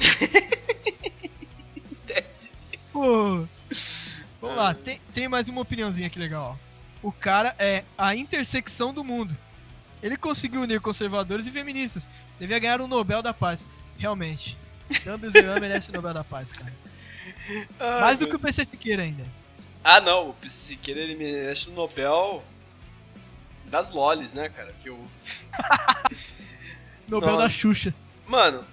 DST. Pô. Vamos lá, tem mais uma opiniãozinha aqui legal, ó. O cara é a intersecção do mundo. Ele conseguiu unir conservadores e feministas. Devia ganhar o Nobel da Paz. Realmente. Dan Bilzerian merece o Nobel da Paz, cara. Mais do que o PC Siqueira ainda. Ah, não. O PC Siqueira, ele merece o Nobel das lolis, né, cara? Que eu... Nobel da Xuxa. Mano...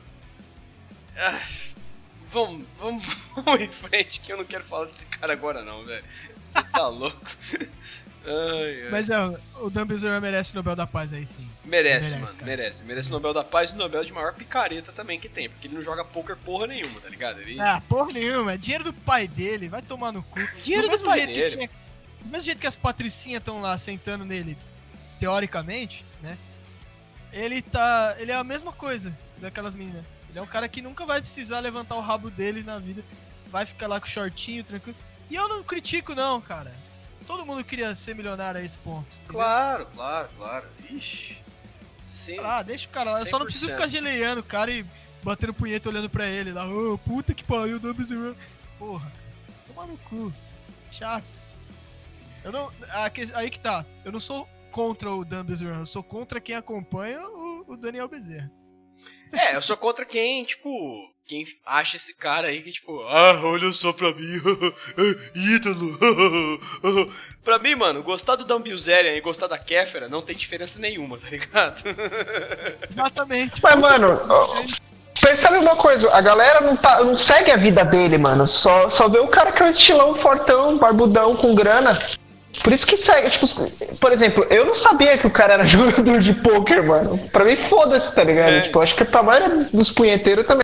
Vamos em frente, que eu não quero falar desse cara agora não, velho. Você tá louco? Ai. Mas o Dan Bilzerian merece o Nobel da Paz aí sim. Merece, mano, merece. Merece o Nobel da Paz e o Nobel de maior picareta também que tem, porque ele não joga poker porra nenhuma, tá ligado? Ele... Ah, porra nenhuma, é dinheiro do pai dele, vai tomar no cu. Dinheiro do pai dele. Do mesmo jeito que as patricinhas estão lá sentando nele, teoricamente, né? Ele é a mesma coisa daquelas meninas. Ele é um cara que nunca vai precisar levantar o rabo dele na vida. Vai ficar lá com o shortinho, tranquilo. E eu não critico não, cara. Todo mundo queria ser milionário a esse ponto. Entendeu? Claro. Ixi. Sim. Ah, deixa o cara lá. Eu só não preciso ficar geleiando o cara e batendo punheta olhando pra ele lá. Ô, puta que pariu, Dan Bilzerian. Porra, toma no cu. Chato. Eu não... Aí que tá. Eu não sou contra o Dan Bilzerian. Eu sou contra quem acompanha o Daniel Bezerra. Eu sou contra quem quem acha esse cara aí que, tipo, olha só pra mim, ídolo. Pra mim, mano, gostar do Dan Bilzerian e gostar da Kéfera não tem diferença nenhuma, tá ligado? Exatamente. Mas, mano, percebe uma coisa, a galera não segue a vida dele, mano. Só vê o cara que é um estilão fortão, barbudão, com grana. Por isso que segue, tipo, por exemplo, eu não sabia que o cara era jogador de pôquer, mano. Pra mim, foda-se, tá ligado? Tipo, acho que pra maioria dos punheteiros também.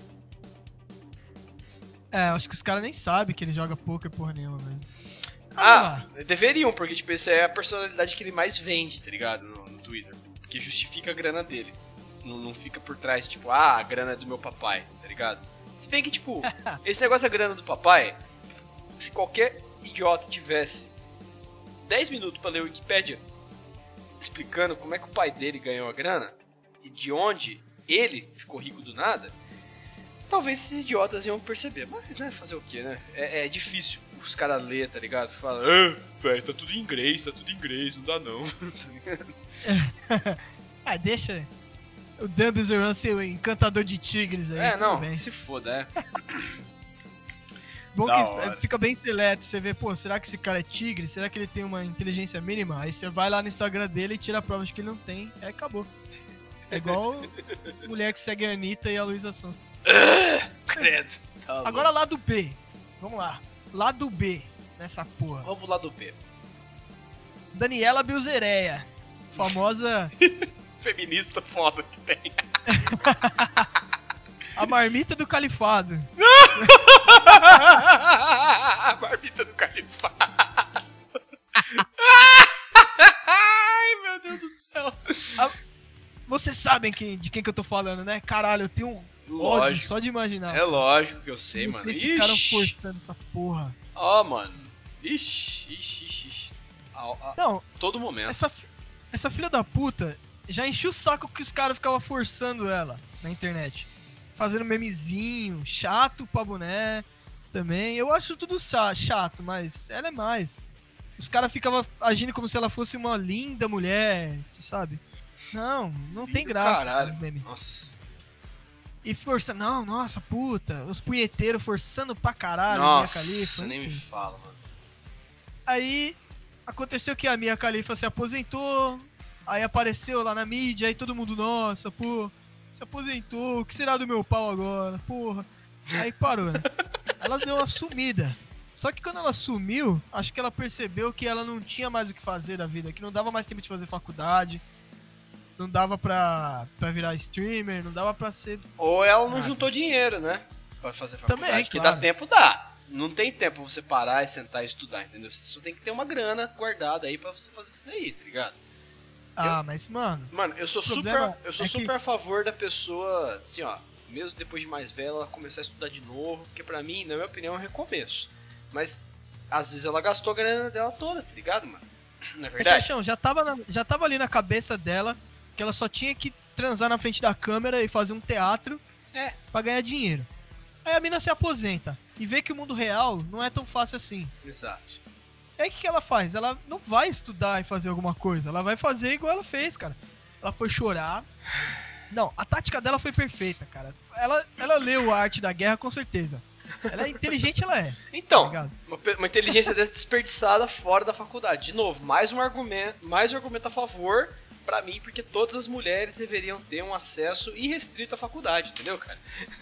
Acho que os caras nem sabem que ele joga poker porra nenhuma mesmo. Deveriam, porque, tipo, essa é a personalidade que ele mais vende, tá ligado? No Twitter. Porque justifica a grana dele. Não fica por trás, tipo, a grana é do meu papai, tá ligado? Se bem que, tipo, esse negócio da grana do papai, se qualquer idiota tivesse 10 minutos pra ler a Wikipédia explicando como é que o pai dele ganhou a grana e de onde ele ficou rico do nada, talvez esses idiotas iam perceber. Mas, né, fazer o quê, né? É difícil os caras lerem, tá ligado? Fala, velho, tá tudo em inglês, não dá não. Deixa o Dan Bilzerian ser o encantador de tigres aí. Não, bem. se foda, Bom que fica bem seleto, você vê, pô, será que esse cara é tigre? Será que ele tem uma inteligência mínima? Aí você vai lá no Instagram dele e tira a prova de que ele não tem, aí acabou. É igual a mulher que segue a Anitta e a Luísa Sonza. Credo. Tá agora lado B, vamos lá, lado B nessa porra. Vamos pro lado B. Daniela Bilzereia, famosa... feminista foda que tem. A marmita do califado. A marmita do califado. Ai, meu Deus do céu. Vocês sabem de quem que eu tô falando, né? Caralho, eu tenho ódio só de imaginar. É lógico que eu sei, mano. Eles ficaram forçando essa porra. Mano. Ixi. Não, todo momento. Essa filha da puta já encheu o saco que os caras ficavam forçando ela na internet. Fazendo memezinho, chato pra boné também. Eu acho tudo chato, mas ela é mais. Os caras ficavam agindo como se ela fosse uma linda mulher, você sabe? Não tem graça os memes. Nossa. E força, nossa, puta, os punheteiros forçando pra caralho nossa, a Mia Khalifa. Nem me fala, mano. Aí aconteceu que a Mia Khalifa se aposentou, aí apareceu lá na mídia, aí todo mundo, nossa, pô, se aposentou, o que será do meu pau agora, porra? Aí parou, né? Ela deu uma sumida. Só que quando ela sumiu, acho que ela percebeu que ela não tinha mais o que fazer da vida, que não dava mais tempo de fazer faculdade, não dava pra virar streamer, não dava pra ser... Ou ela não juntou dinheiro, né? Pra fazer faculdade, também, que claro. dá tempo, dá. Não tem tempo pra você parar e sentar e estudar, entendeu? Você só tem que ter uma grana guardada aí pra você fazer isso daí, tá ligado? Mas, mano... Mano, eu sou super a favor da pessoa, assim, ó, mesmo depois de mais velha, ela começar a estudar de novo, porque pra mim, na minha opinião, é um recomeço. Mas, às vezes ela gastou a grana dela toda, tá ligado, mano? Não é verdade? Já tava ali na cabeça dela que ela só tinha que transar na frente da câmera e fazer um teatro pra ganhar dinheiro. Aí a mina se aposenta e vê que o mundo real não é tão fácil assim. Exato. Aí o que ela faz? Ela não vai estudar e fazer alguma coisa. Ela vai fazer igual ela fez, cara. Ela foi chorar. Não, a tática dela foi perfeita, cara. Ela leu a Arte da Guerra com certeza. Ela é inteligente, ela é. Então, tá uma inteligência dessa desperdiçada fora da faculdade. De novo, mais um argumento a favor pra mim, porque todas as mulheres deveriam ter um acesso irrestrito à faculdade, entendeu, cara?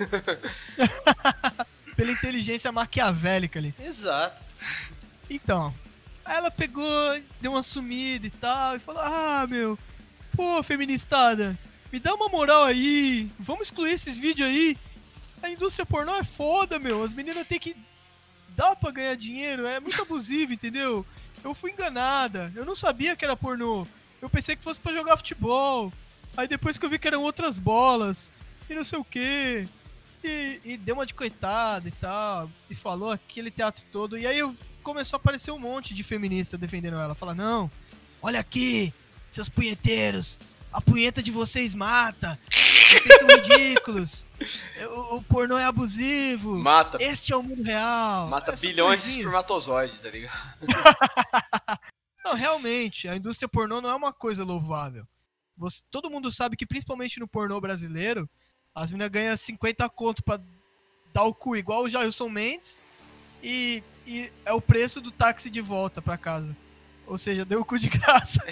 Pela inteligência maquiavélica ali. Exato. Então, aí ela pegou, deu uma sumida e tal, e falou, pô, feministada, me dá uma moral aí, vamos excluir esses vídeos aí. A indústria pornô é foda, meu, as meninas têm que dar pra ganhar dinheiro, é muito abusivo, entendeu? Eu fui enganada, eu não sabia que era pornô, eu pensei que fosse pra jogar futebol, aí depois que eu vi que eram outras bolas, e não sei o quê, e deu uma de coitada e tal, e falou aquele teatro todo, e aí começou a aparecer um monte de feminista defendendo ela, fala, não, olha aqui, seus punheteiros, a punheta de vocês mata, vocês são ridículos, o pornô é abusivo, mata, este é o mundo real. Mata bilhões de espermatozoides, tá ligado? Não, realmente, a indústria pornô não é uma coisa louvável. Todo mundo sabe que, principalmente no pornô brasileiro, as meninas ganham 50 conto pra dá o cu igual o Jailson Mendes e é o preço do táxi de volta pra casa. Ou seja, deu o cu de graça.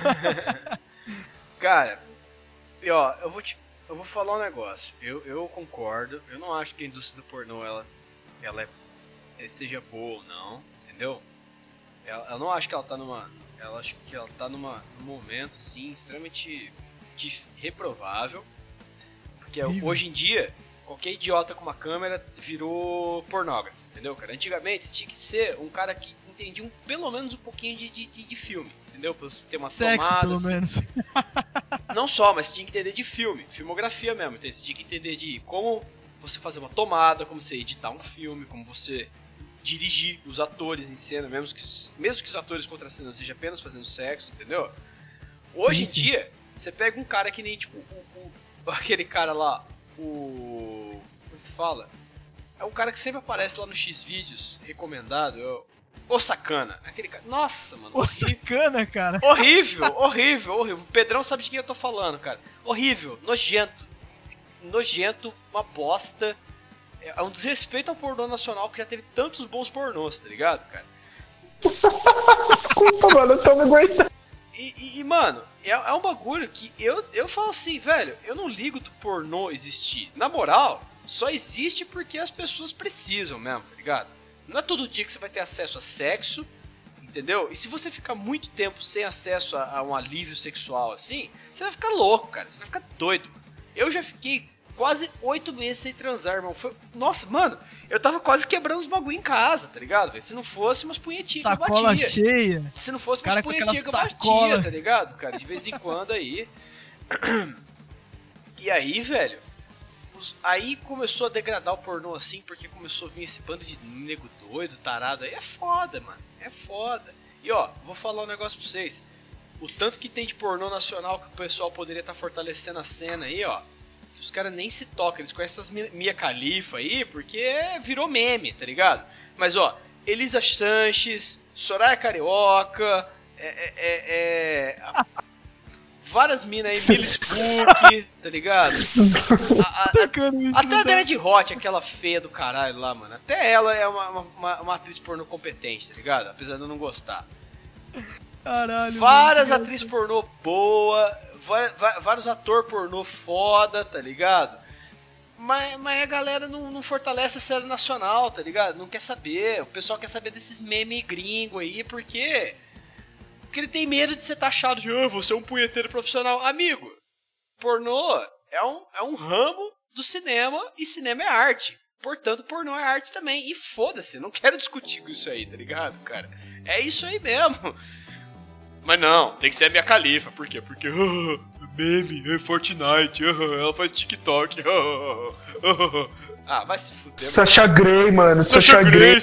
Cara, e ó, eu vou falar um negócio. Eu concordo. Eu não acho que a indústria do pornô ela seja boa ou não, entendeu? Eu não acho que ela tá ela acho que ela tá num momento assim extremamente reprovável. Porque hoje em dia, qualquer idiota com uma câmera virou pornógrafo, entendeu, cara? Antigamente você tinha que ser um cara que entendia pelo menos um pouquinho de filme, entendeu? Pra você ter uma tomada, pelo assim. menos. Não só, mas você tinha que entender de filmografia mesmo. Então, você tinha que entender de como você fazer uma tomada, como você editar um filme, como você dirigir os atores em cena, mesmo que os atores contracenando seja apenas fazendo sexo, entendeu? Hoje em dia, você pega um cara que nem, tipo, aquele cara lá, como que fala? É um cara que sempre aparece lá no Xvideos, recomendado, O Sacana. Aquele cara, nossa, mano. O Sacana, cara. Horrível. O Pedrão sabe de quem eu tô falando, cara. Horrível, nojento, uma bosta. É um desrespeito ao pornô nacional que já teve tantos bons pornôs, tá ligado, cara? Desculpa, mano, eu tô me aguentando. E mano, é um bagulho que eu falo assim, velho, eu não ligo do pornô existir. Na moral, só existe porque as pessoas precisam mesmo, tá ligado? Não é todo dia que você vai ter acesso a sexo, entendeu? E se você ficar muito tempo sem acesso a um alívio sexual assim, você vai ficar louco, cara. Você vai ficar doido. Eu já fiquei quase 8 meses sem transar, irmão. Nossa, mano, eu tava quase quebrando os bagulho em casa, tá ligado? Se não fosse umas punhetinhas que eu batia. Sacola cheia. Se não fosse cara umas punhetinhas que eu batia, tá ligado, cara? De vez em quando aí. E aí, velho, aí começou a degradar o pornô assim, porque começou a vir esse bando de nego doido, tarado aí. É foda, mano. É foda. E ó, vou falar um negócio pra vocês. O tanto que tem de pornô nacional que o pessoal poderia estar fortalecendo a cena aí, ó. Os caras nem se tocam, eles conhecem essas Mia Khalifa aí, porque virou meme, tá ligado? Mas ó, Elisa Sanches, Soraya Carioca, várias minas aí, Millie Spook, tá ligado? Até a Dread Hot, aquela feia do caralho lá, mano. Até ela é uma atriz pornô competente, tá ligado? Apesar de eu não gostar. Caralho. Várias atrizes pornô boa, vários atores pornô foda, tá ligado? Mas a galera não fortalece a série nacional, tá ligado? Não quer saber. O pessoal quer saber desses memes gringo aí, porque ele tem medo de ser taxado de você é um punheteiro profissional. Amigo, pornô é um ramo do cinema e cinema é arte. Portanto, pornô é arte também. E foda-se, não quero discutir com isso aí, tá ligado, cara? É isso aí mesmo. Mas não, tem que ser a Mia Khalifa. Por quê? Porque meme, é Fortnite, ela faz TikTok. Vai se fuder. Sasha Grey, mano. Sasha Grey.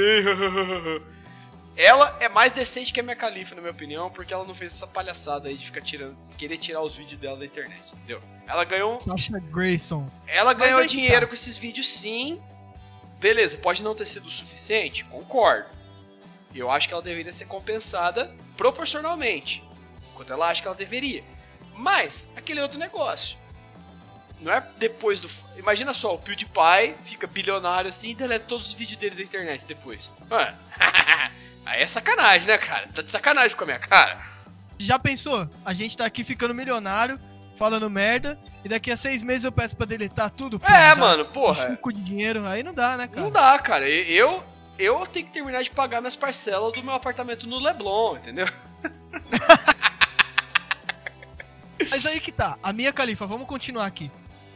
Ela é mais decente que a Mia Khalifa, na minha opinião, porque ela não fez essa palhaçada aí de ficar querer tirar os vídeos dela da internet, entendeu? Ela ganhou... Sasha Grayson. Ela ganhou dinheiro com esses vídeos, sim. Beleza, pode não ter sido o suficiente, concordo. Eu acho que ela deveria ser compensada proporcionalmente, enquanto ela acha que ela deveria. Mas, aquele outro negócio. Não é depois do... Imagina só, o PewDiePie fica bilionário assim e deleta todos os vídeos dele da internet depois. Aí é sacanagem, né, cara? Tá de sacanagem com a minha cara. Já pensou? A gente tá aqui ficando milionário, falando merda, e daqui a 6 meses eu peço pra deletar tudo? Mano, porra. Um suco de dinheiro, aí não dá, né, cara? Não dá, cara. Eu tenho que terminar de pagar minhas parcelas do meu apartamento no Leblon, entendeu? Mas aí que tá. A Mia Khalifa, vamos continuar aqui.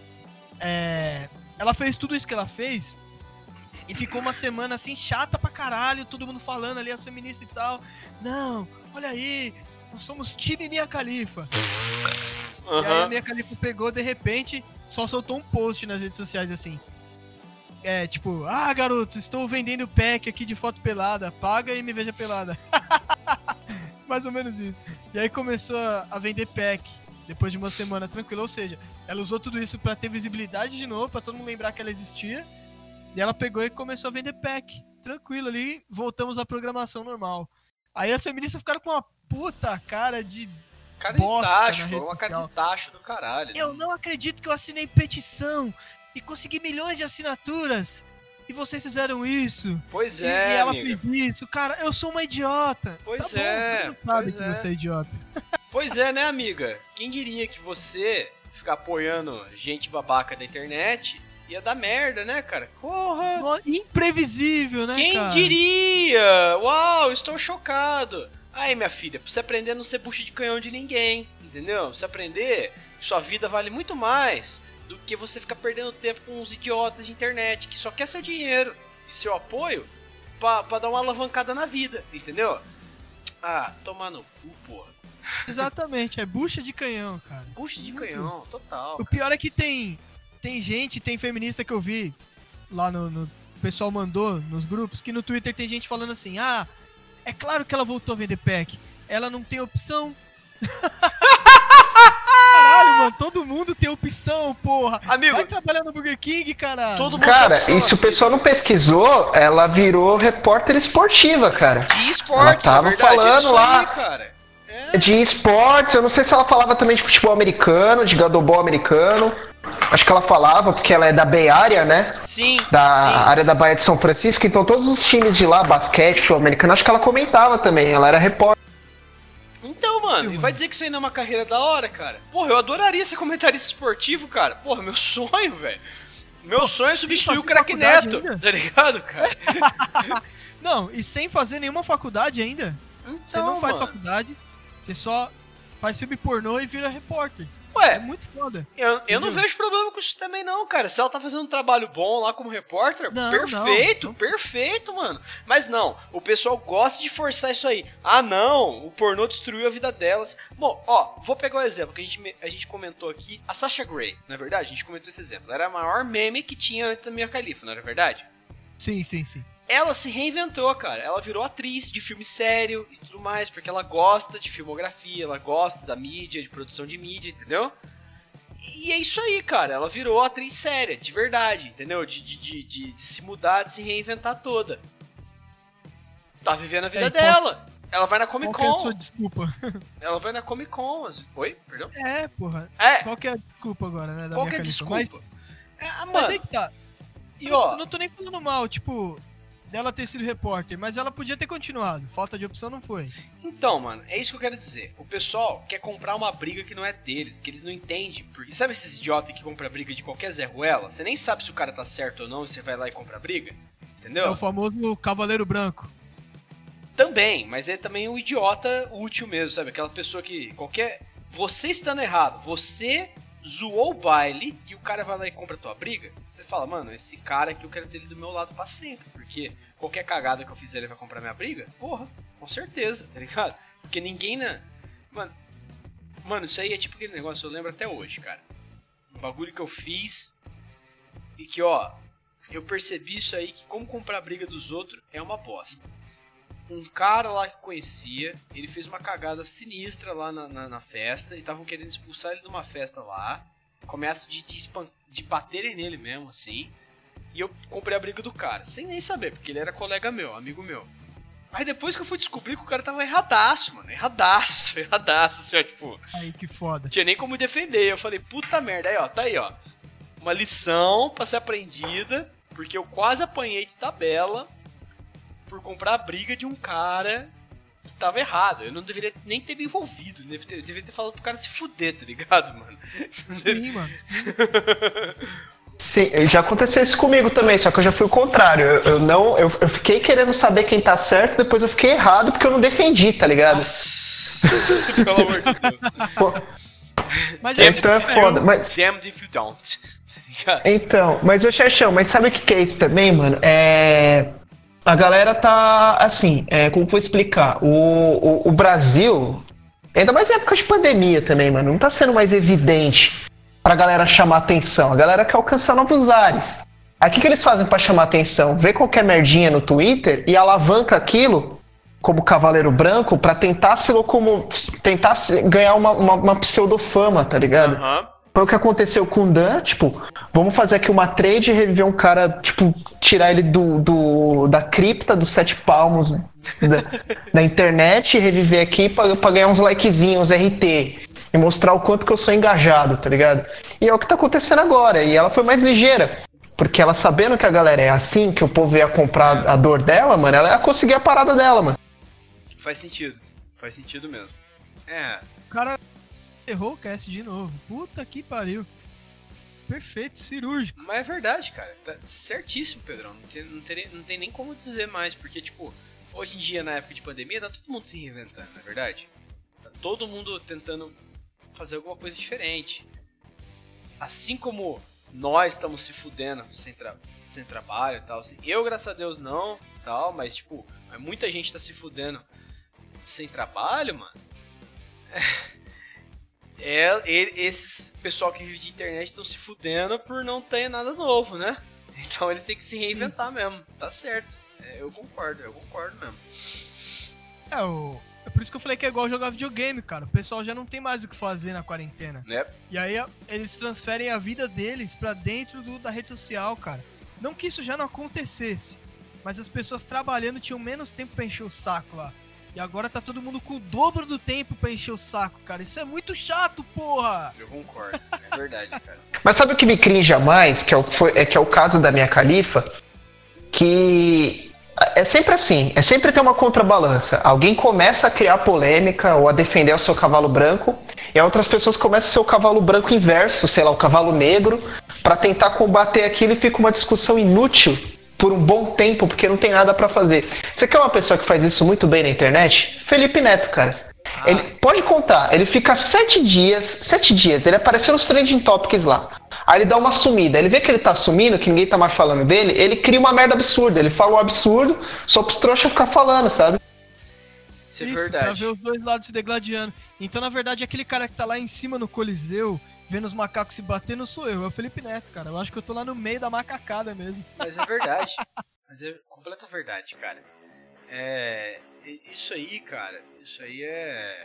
Ela fez tudo isso que ela fez e ficou uma semana assim chata pra caralho, todo mundo falando ali, as feministas e tal. Não, olha aí, nós somos time Mia Khalifa. E aí a Mia Khalifa pegou, de repente, só soltou um post nas redes sociais assim. Tipo, garotos, estou vendendo pack aqui de foto pelada, paga e me veja pelada. Mais ou menos isso. E aí começou a vender pack, depois de uma semana tranquila, ou seja, ela usou tudo isso pra ter visibilidade de novo, pra todo mundo lembrar que ela existia, e ela pegou e começou a vender pack, tranquilo ali, voltamos à programação normal. Aí as feministas ficaram com uma puta cara de cara bosta de tacho, na rede uma cara social. de tacho do caralho. Eu não acredito que eu assinei petição e consegui milhões de assinaturas. E vocês fizeram isso. Pois E é, ela amiga. fez isso. Cara, eu sou uma idiota. Pois tá bom, é, todo mundo sabe pois que é. você é idiota. Pois é, né, amiga? Quem diria que você ficar apoiando gente babaca da internet ia dar merda, né, cara? Porra! Imprevisível, né, Quem cara? diria? Uau, estou chocado. Aí, minha filha, pra você aprender a não ser bucha de canhão de ninguém, entendeu? Pra você aprender que sua vida vale muito mais do que você ficar perdendo tempo com uns idiotas de internet que só quer seu dinheiro e seu apoio pra dar uma alavancada na vida, entendeu? Ah, tomar no cu, porra. Exatamente, é bucha de canhão, cara. Bucha de canhão, total. O pior é que tem feminista que eu vi lá no o pessoal mandou nos grupos, que no Twitter tem gente falando assim, ah, é claro que ela voltou a vender pack, ela não tem opção. Caralho, mano, todo mundo tem opção, porra. Amigo, vai trabalhar no Burger King, caralho. todo mundo Cara, tem opção, e se o filho. pessoal não pesquisou, ela virou repórter esportiva, cara. De esportes, Ela tava na verdade, falando é isso lá. aí, cara. É. De esportes, eu não sei se ela falava também de futebol americano, de gadobol americano. Acho que ela falava, porque ela é da Bay Area, né? Sim, Da sim. área da Baía de São Francisco, então todos os times de lá, basquete, futebol americano, acho que ela comentava também, ela era repórter. Então, mano, e vai dizer que isso aí não é uma carreira da hora, cara? Porra, eu adoraria ser comentarista esportivo, cara. Porra, meu sonho, velho. Meu sonho é substituir o craque faculdade Neto, ainda? tá ligado, cara? Não, e sem fazer nenhuma faculdade ainda. Você Então, não faz mano. faculdade, você só faz filme pornô e vira repórter. É Ué, muito foda. eu não Entendeu? vejo problema com isso também não, cara. Se ela tá fazendo um trabalho bom lá como repórter, Não, perfeito, não. perfeito, mano. Mas não, o pessoal gosta de forçar isso aí. Ah, não, o pornô destruiu a vida delas. Bom, ó, vou pegar o exemplo que a gente comentou aqui. A Sasha Grey, não é verdade? A gente comentou esse exemplo. Ela era a maior meme que tinha antes da Mia Khalifa, não era verdade? Sim, sim, sim. Ela se reinventou, cara. Ela virou atriz de filme sério e tudo mais, porque ela gosta de filmografia, ela gosta da mídia, de produção de mídia, entendeu? E é isso aí, cara. Ela virou atriz séria, de verdade, entendeu? De se mudar, de se reinventar toda. Tá vivendo a vida então, dela. Ela vai na Comic Qual que é a sua Con. desculpa? Ela vai na Comic Con. Oi? Perdão? É, porra. É. Qual que é a desculpa agora, né? Da Qual Mia que é a Khalifa? desculpa? Mas Mano, aí que tá. e Eu ó, não tô nem falando mal, tipo, dela ter sido repórter, mas ela podia ter continuado. Falta de opção não foi. então, mano, é isso que eu quero dizer. O pessoal quer comprar uma briga que não é deles, que eles não entendem. Porque sabe esses idiotas que compram briga de qualquer Zé Ruela? Você nem sabe se o cara tá certo ou não, você vai lá e compra briga. Entendeu? É o famoso Cavaleiro Branco. Também, mas é também um idiota útil mesmo, sabe? Aquela pessoa que qualquer... Você estando errado, você zoou o baile e o cara vai lá e compra a tua briga, você fala, mano, esse cara aqui eu quero ter ele do meu lado pra sempre, porque qualquer cagada que eu fizer ele vai comprar minha briga? Porra, com certeza, tá ligado? Porque ninguém na... Mano, isso aí é tipo aquele negócio, eu lembro até hoje, cara. Um bagulho que eu fiz e que, ó, eu percebi isso aí, que como comprar a briga dos outros é uma bosta. Um cara lá que eu conhecia, ele fez uma cagada sinistra lá na festa, e estavam querendo expulsar ele de uma festa lá, começa de baterem nele mesmo, assim, e eu comprei a briga do cara, sem nem saber, porque ele era colega meu, amigo meu. Aí depois que eu fui descobrir que o cara tava erradaço, mano, erradaço, assim, ó, tipo, Aí, que foda. não tinha nem como defender, eu falei, puta merda, aí ó, tá aí ó, uma lição pra ser aprendida, porque eu quase apanhei de tabela por comprar a briga de um cara que tava errado. Eu não deveria nem ter me envolvido. Deveria ter falado pro cara se fuder, tá ligado, mano? Sim, mano. Sim. Sim, já aconteceu isso comigo também, só que eu já fui o contrário. Eu fiquei querendo saber quem tá certo, depois eu fiquei errado porque eu não defendi, tá ligado? Nossa, pelo amor de Deus. Pô, Mas então é foda, mas... Damned if you don't. Tá ligado? Então, mas ô Xaxão, mas sabe o que é isso também, mano? A galera tá, assim, como eu vou explicar? O Brasil, ainda mais em época de pandemia também, mano, não tá sendo mais evidente pra galera chamar atenção. A galera quer alcançar novos ares. Aí o que eles fazem pra chamar atenção? Vê qualquer merdinha no Twitter e alavanca aquilo como Cavaleiro Branco pra tentar ganhar uma pseudofama, tá ligado? Aham. Foi o que aconteceu com o Dan, tipo, vamos fazer aqui uma trade e reviver um cara, tipo, tirar ele da cripta dos 7 palmos da internet e reviver aqui pra ganhar uns likezinhos, RT. e mostrar o quanto que eu sou engajado, tá ligado? E é o que tá acontecendo agora. E ela foi mais ligeira. Porque ela sabendo que a galera é assim, que o povo ia comprar a dor dela, mano, ela ia conseguir a parada dela, mano. Faz sentido mesmo. O cara errou o cast de novo. Puta que pariu. Perfeito, cirúrgico. Mas é verdade, cara. Tá certíssimo, Pedrão. Não tem nem como dizer mais, porque, tipo, hoje em dia, na época de pandemia, tá todo mundo se reinventando, não é verdade? Tá todo mundo tentando fazer alguma coisa diferente. Assim como nós estamos se fudendo sem trabalho e tal, assim. Eu, graças a Deus, não, tal, mas, tipo, muita gente tá se fudendo sem trabalho, mano. Esses pessoal que vive de internet estão se fudendo por não ter nada novo, né? Então eles têm que se reinventar mesmo. Tá certo. Eu concordo mesmo. É por isso que eu falei que é igual jogar videogame, cara. O pessoal já não tem mais o que fazer na quarentena. E aí eles transferem a vida deles pra dentro da rede social, cara. Não que isso já não acontecesse, mas as pessoas trabalhando tinham menos tempo pra encher o saco lá. E agora tá todo mundo com o dobro do tempo pra encher o saco, cara. Isso é muito chato, porra! Eu concordo, é verdade, cara. Mas sabe o que me crinja mais? Que é o caso da Mia Khalifa, que é sempre assim, é sempre ter uma contrabalança. Alguém começa a criar polêmica ou a defender o seu cavalo branco, e outras pessoas começam a ser o cavalo branco inverso, sei lá, o cavalo negro, pra tentar combater aquilo e fica uma discussão inútil por um bom tempo, porque não tem nada pra fazer. Você quer uma pessoa que faz isso muito bem na internet? Felipe Neto, cara. Ele pode contar, ele fica 7 dias, ele apareceu nos trending topics lá. Aí ele dá uma sumida, ele vê que ele tá sumindo, que ninguém tá mais falando dele, ele cria uma merda absurda, ele fala um absurdo, só pros trouxas ficar falando, sabe? Isso é verdade. Pra ver os dois lados se degladiando. Então, na verdade, aquele cara que tá lá em cima no Coliseu, vendo os macacos se bater, não sou eu, é o Felipe Neto, cara. Eu acho que eu tô lá no meio da macacada mesmo. Mas é verdade. Mas é completa verdade, cara. Isso aí, cara, isso é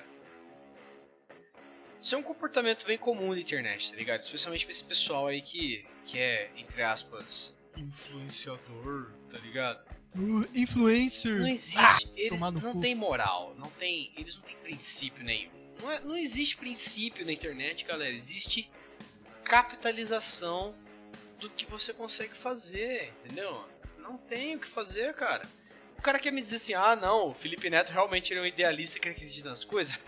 um comportamento bem comum na internet, tá ligado? Especialmente pra esse pessoal aí que é, entre aspas, influenciador, tá ligado? Influencer. Não existe, eles não têm moral, eles não têm princípio nenhum. Não existe princípio na internet, galera. Existe capitalização do que você consegue fazer, entendeu? Não tem o que fazer, cara. O cara quer me dizer assim, não, o Felipe Neto realmente ele é um idealista que acredita nas coisas?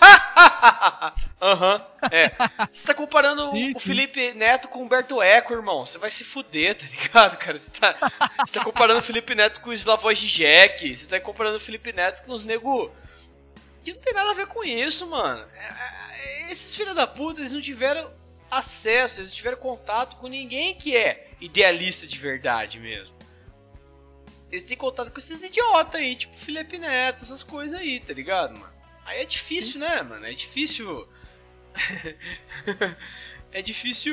Você tá comparando o Felipe Neto com o Humberto Eco, irmão. Você vai se fuder, tá ligado, cara? Você tá comparando o Felipe Neto com o Slavoj Žižek. Você tá comparando o Felipe Neto com os nego que não tem nada a ver com isso, mano. Esses filhos da puta, eles não tiveram acesso, eles não tiveram contato com ninguém que é idealista de verdade mesmo. Eles têm contato com esses idiotas aí, tipo Felipe Neto, essas coisas aí, tá ligado, mano? Aí é difícil, né, mano? É difícil... é difícil...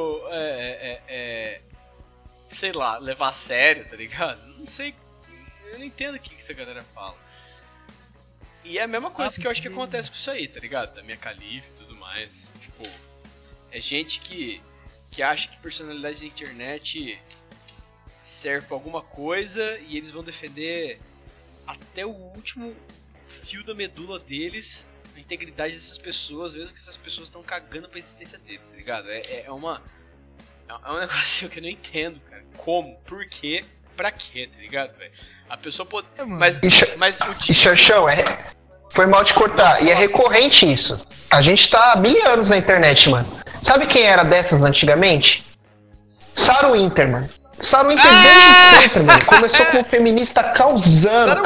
sei lá, levar a sério, tá ligado? Não sei... Eu não entendo o que essa galera fala. E é a mesma coisa que eu acho que acontece com isso aí, tá ligado? Da Mia Khalifa e tudo mais. Tipo, é gente que acha que personalidade da internet serve pra alguma coisa e eles vão defender até o último fio da medula deles a integridade dessas pessoas, mesmo que essas pessoas estão cagando pra existência deles, tá ligado? É um negócio que eu não entendo, cara. Como? Por quê? Pra quê, tá ligado, velho? A pessoa pode... Mas o Xaxão, foi mal te cortar. E é recorrente isso. A gente tá há 1000 anos na internet, mano. Sabe quem era dessas antigamente? Sarah Winter, mano. Sarah Winter desde sempre, mano. Começou como feminista causando.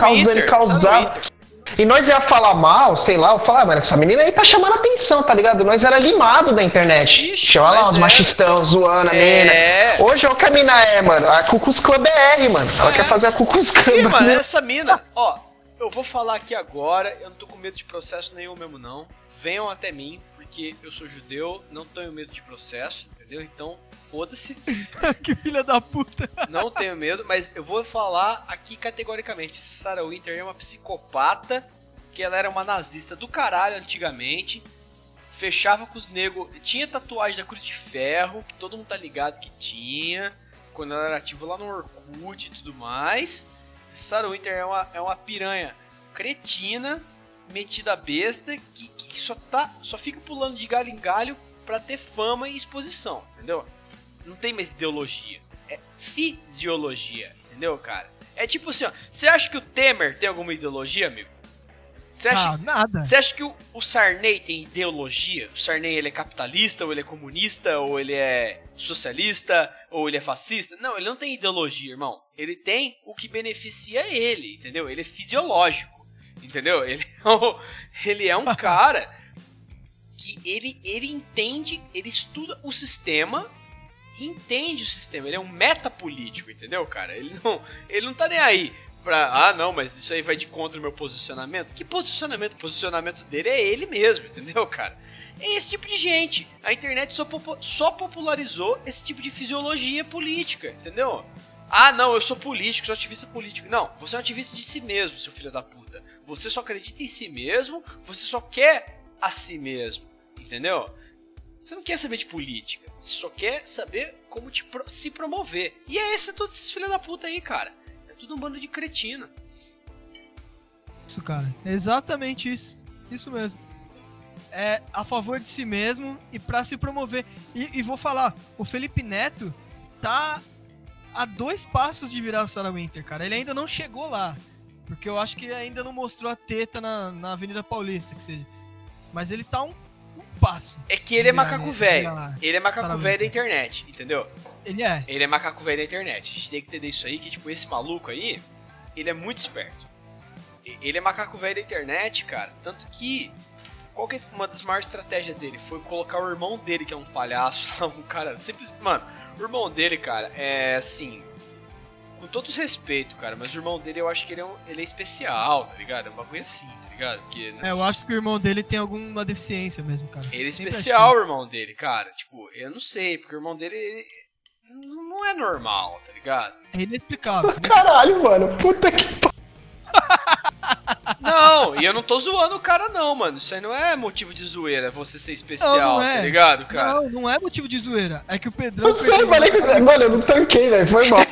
E nós ia falar mal, sei lá, eu falava, mano, essa menina aí tá chamando atenção, tá ligado? Nós era limado da internet. Tinha lá uns machistão zoando a menina. Hoje é o que a mina é, mano. A Ku Klux Klan BR, mano. Ela quer fazer a Ku Klux Klan. Ih, mano, essa mina, ó, eu vou falar aqui agora, eu não tô com medo de processo nenhum mesmo, não. Venham até mim, porque eu sou judeu, não tenho medo de processo, entendeu? Então, foda-se. Que filha da puta. Não tenho medo, mas eu vou falar aqui categoricamente. Se Sarah Winter é uma psicopata, que ela era uma nazista do caralho antigamente, fechava com os negros, tinha tatuagem da Cruz de Ferro, que todo mundo tá ligado que tinha, quando ela era ativa lá no Orkut e tudo mais. Sarah Winter é uma piranha cretina, metida besta que só fica pulando de galho em galho pra ter fama e exposição, entendeu? Não tem mais ideologia, é fisiologia, entendeu, cara? É tipo assim, ó, você acha que o Temer tem alguma ideologia, amigo? Nada. Você acha que o Sarney tem ideologia? O Sarney, ele é capitalista, ou ele é comunista, ou ele é socialista, ou ele é fascista? Não, ele não tem ideologia, irmão. Ele tem o que beneficia ele, entendeu? Ele é fisiológico, entendeu? Ele é um cara que ele entende, ele estuda o sistema, entende o sistema. Ele é um metapolítico, entendeu, cara? Ele não tá nem aí pra, não, mas isso aí vai de contra o meu posicionamento. Que posicionamento? O posicionamento dele é ele mesmo, entendeu, cara? É esse tipo de gente. A internet só popularizou esse tipo de fisiologia política, entendeu? Não, eu sou político, sou ativista político. Não, você é um ativista de si mesmo, seu filho da puta. Você só acredita em si mesmo, você só quer a si mesmo, entendeu? Você não quer saber de política, você só quer saber como se promover. E todos esses filhos da puta aí, cara. Tudo um bando de cretino. Isso, cara. É exatamente isso. Isso mesmo. É a favor de si mesmo e pra se promover. E vou falar, o Felipe Neto tá a 2 passos de virar o Sarah Winter, cara. Ele ainda não chegou lá. Porque eu acho que ainda não mostrou a teta na Avenida Paulista, que seja. Mas ele tá um passo. É que ele é macaco velho. Ele é macaco velho da internet, entendeu? Ele é. Ele é macaco velho da internet. A gente tem que entender isso aí, que tipo, esse maluco aí, ele é muito esperto. Ele é macaco velho da internet, cara. Tanto que, qual que é uma das maiores estratégias dele? Foi colocar o irmão dele, que é um palhaço, um cara simples. Mano, o irmão dele, cara, é assim, com todo os respeito, cara, mas o irmão dele, eu acho que ele é especial, tá ligado? É um bagulho assim, tá ligado? Porque, né? Eu acho que o irmão dele tem alguma deficiência mesmo, cara. Ele é especial, o irmão dele, cara. Tipo, eu não sei, porque o irmão dele, ele não é normal, tá ligado? É inexplicável. Caralho, mano. Puta que pariu. Não, e eu não tô zoando o cara não, mano. Isso aí não é motivo de zoeira, você ser especial, não é. Tá ligado, cara? Não é motivo de zoeira. É que o Pedrão... Eu sei, falei que... Mano, eu não tanquei, velho. Foi mal.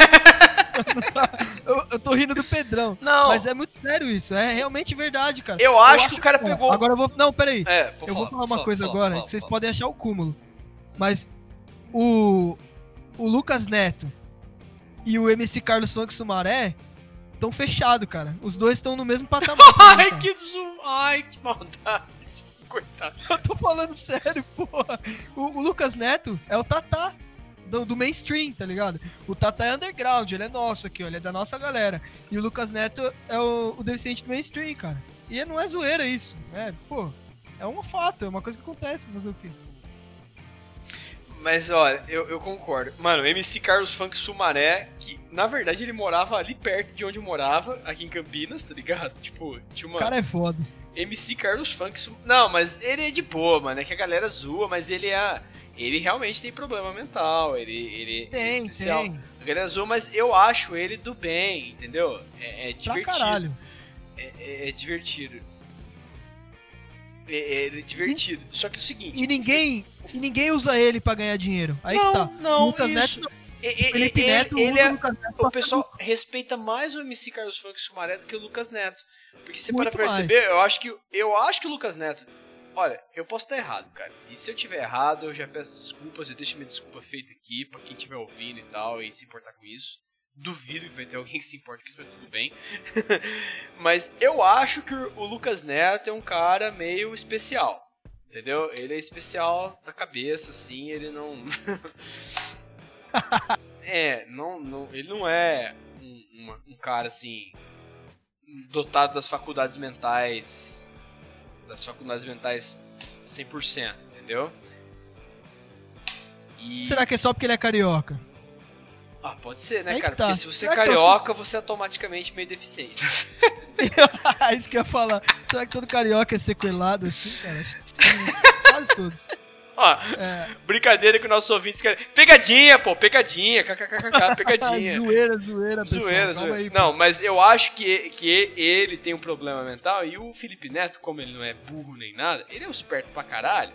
eu tô rindo do Pedrão. Não. Mas é muito sério isso. É realmente verdade, cara. Eu acho que o cara pegou... Agora eu vou... Não, peraí. Eu vou falar uma coisa agora, que vocês podem achar o cúmulo. Mas o Lucas Neto e o MC Carlos Funk Sumaré estão fechados, cara. Os dois estão no mesmo patamar. Ai, que maldade. Coitado. Eu tô falando sério, porra. O Lucas Neto é o Tatá do mainstream, tá ligado? O Tatá é underground, ele é nosso aqui, ó, ele é da nossa galera. E o Lucas Neto é o deficiente do mainstream, cara. E não é zoeira isso. É um fato, é uma coisa que acontece, fazer o quê? Mas olha, eu concordo. Mano, o MC Carlos Funk Sumaré, que na verdade ele morava ali perto de onde eu morava, aqui em Campinas, tá ligado? Tipo, tinha uma... O cara é foda. MC Carlos Funk Sumaré. Não, mas ele é de boa, mano. É que a galera zoa, mas ele realmente tem problema mental. Ele é especial. Tem. A galera zoa, mas eu acho ele do bem, entendeu? É divertido. Pra caralho. É divertido. Ele é divertido. Só que é o seguinte... E ninguém usa ele pra ganhar dinheiro. Aí não, que tá. Não, o Lucas isso. Neto... O pessoal respeita mais o MC Carlos Funk Sumaré do que o Lucas Neto. Porque se para perceber, eu acho que o Lucas Neto... Olha, eu posso estar errado, cara. E se eu tiver errado, eu já peço desculpas. Eu deixo minha desculpa feita aqui pra quem estiver ouvindo e tal, e se importar com isso. Duvido que vai ter alguém que se importe com isso, mas tudo bem. Mas eu acho que o Lucas Neto é um cara meio especial. Entendeu? Ele é especial da cabeça, assim, ele não... ele não é um cara, assim, dotado das faculdades mentais 100%, entendeu? Será que é só porque ele é carioca? Pode ser, né, aí cara? Tá. Porque se você é carioca, você é automaticamente meio deficiente. Isso que eu ia falar. Será que todo carioca é sequelado assim, cara? Acho que sim. Quase todos. Brincadeira que os nossos ouvintes querem. Pegadinha, pô, pegadinha. KKKK, pegadinha. Zoeira, pessoal. Zoeira. Aí, não, mas eu acho que ele tem um problema mental e o Felipe Neto, como ele não é burro nem nada, ele é um esperto pra caralho.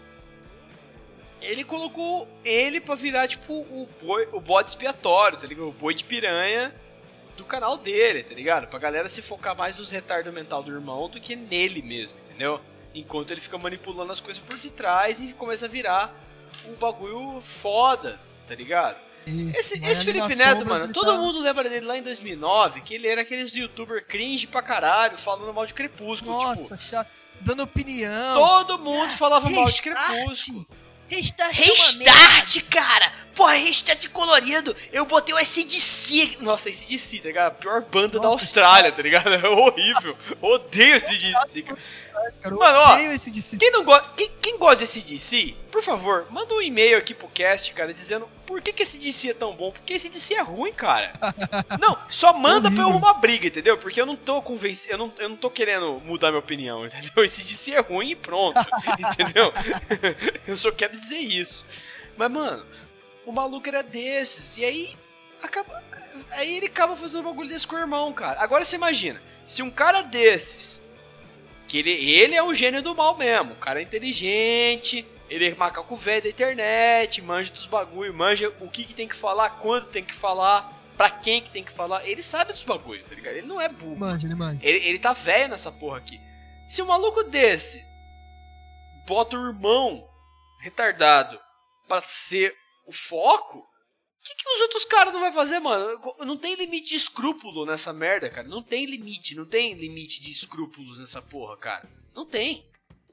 Ele colocou ele pra virar, tipo, o bode expiatório, tá ligado? O boi de piranha do canal dele, tá ligado? Pra galera se focar mais nos retardos mental do irmão do que nele mesmo, entendeu? Enquanto ele fica manipulando as coisas por detrás e começa a virar um bagulho foda, tá ligado? Esse Felipe Neto, mano, todo mundo lembra dele lá em 2009, que ele era aqueles youtuber cringe pra caralho, falando mal de Crepúsculo. Nossa, tipo, chato, dando opinião. Todo mundo falava mal de Crepúsculo. Restart, cara! Porra, restart colorido. Eu botei o AC/DC. Nossa, AC/DC, tá ligado? A pior banda da Austrália, tá ligado? É horrível. Odeio AC/DC, cara. Mano, ó, quem gosta de AC/DC, por favor, manda um e-mail aqui pro cast, cara, dizendo por que esse DC é tão bom, porque esse DC é ruim, cara. Não, só manda pra eu arrumar briga, entendeu? Porque eu não tô convencido, eu não tô querendo mudar minha opinião, entendeu? Esse DC é ruim e pronto, entendeu? Eu só quero dizer isso. Mas, mano, o maluco era desses, e aí ele acaba fazendo um bagulho desse com o irmão, cara. Agora você imagina, se um cara desses, que ele é um gênio do mal mesmo, o cara é inteligente, ele é macaco velho da internet, manja dos bagulho, manja o que tem que falar, quando tem que falar, pra quem que tem que falar, ele sabe dos bagulho, tá ligado? Ele não é burro. Ele manja. Ele tá velho nessa porra aqui. Se um maluco desse bota o irmão retardado pra ser o foco, o que os outros caras não vai fazer, mano? Não tem limite de escrúpulo nessa merda, cara. Não tem limite de escrúpulos nessa porra, cara. Não tem.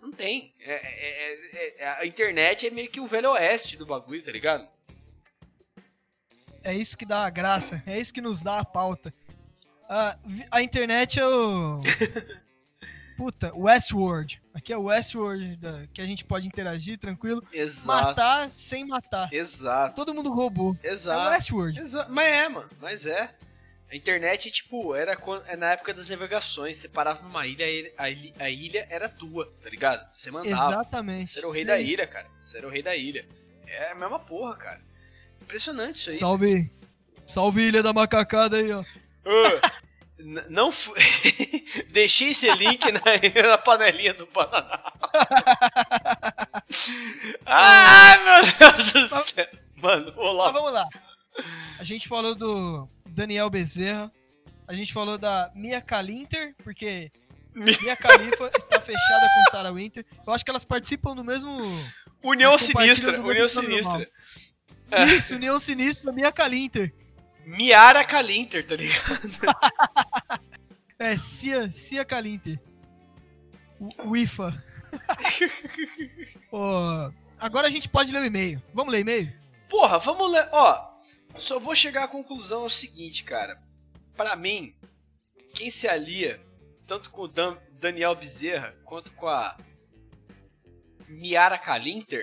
A internet é meio que o velho oeste do bagulho, tá ligado? É isso que dá a graça, é isso que nos dá a pauta. A internet é o... Puta, Westworld. Aqui é o Westworld que a gente pode interagir tranquilo. Exato. Matar sem matar. Exato. Todo mundo roubou. Exato. É o Westworld. Mano. Mas é. A internet, tipo, era na época das navegações. Você parava numa ilha, a ilha era tua, tá ligado? Você mandava. Exatamente. Você era o rei da ilha, cara. Você era o rei da ilha. É a mesma porra, cara. Impressionante isso aí. Salve Ilha da Macacada aí, ó. Não deixei esse link na panelinha do Bananal. Ai, meu Deus do céu. Mano, vamos lá. A gente falou do Daniel Bezerra. A gente falou da Mia Khalifa, porque Mia Khalifa está fechada com Sarah Winter. Eu acho que elas participam do mesmo... União Sinistra. Isso, União Sinistra, Mia Khalifa. Miara Khalifa, tá ligado? É, Cia Khalifa. O IFA. Agora a gente pode ler o e-mail. Vamos ler e-mail? Porra, vamos ler. Ó, só vou chegar à conclusão o seguinte, cara. Pra mim, quem se alia, tanto com o Daniel Bezerra, quanto com a Miara Khalifa,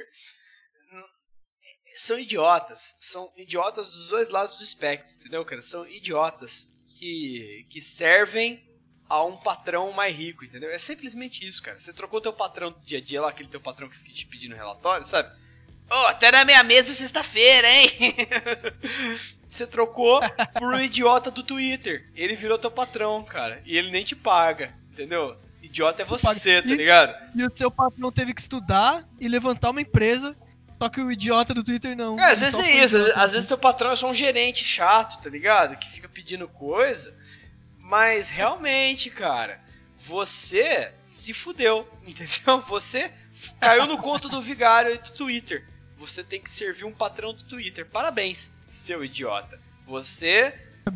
são idiotas. São idiotas dos dois lados do espectro, entendeu, cara? São idiotas que servem a um patrão mais rico, entendeu? É simplesmente isso, cara. Você trocou teu patrão do dia a dia lá, aquele teu patrão que fica te pedindo relatório, sabe? Até na minha mesa sexta-feira, hein? Você trocou por um idiota do Twitter. Ele virou teu patrão, cara. E ele nem te paga, entendeu? Idiota é você, tá ligado? E o seu patrão teve que estudar e levantar uma empresa. Só que o idiota do Twitter não. Às vezes nem isso. Às vezes teu patrão é só um gerente chato, tá ligado? Que fica pedindo coisa. Mas realmente, cara, você se fudeu, entendeu? Você caiu no conto do vigário do Twitter. Você tem que servir um patrão do Twitter. Parabéns, seu idiota. Você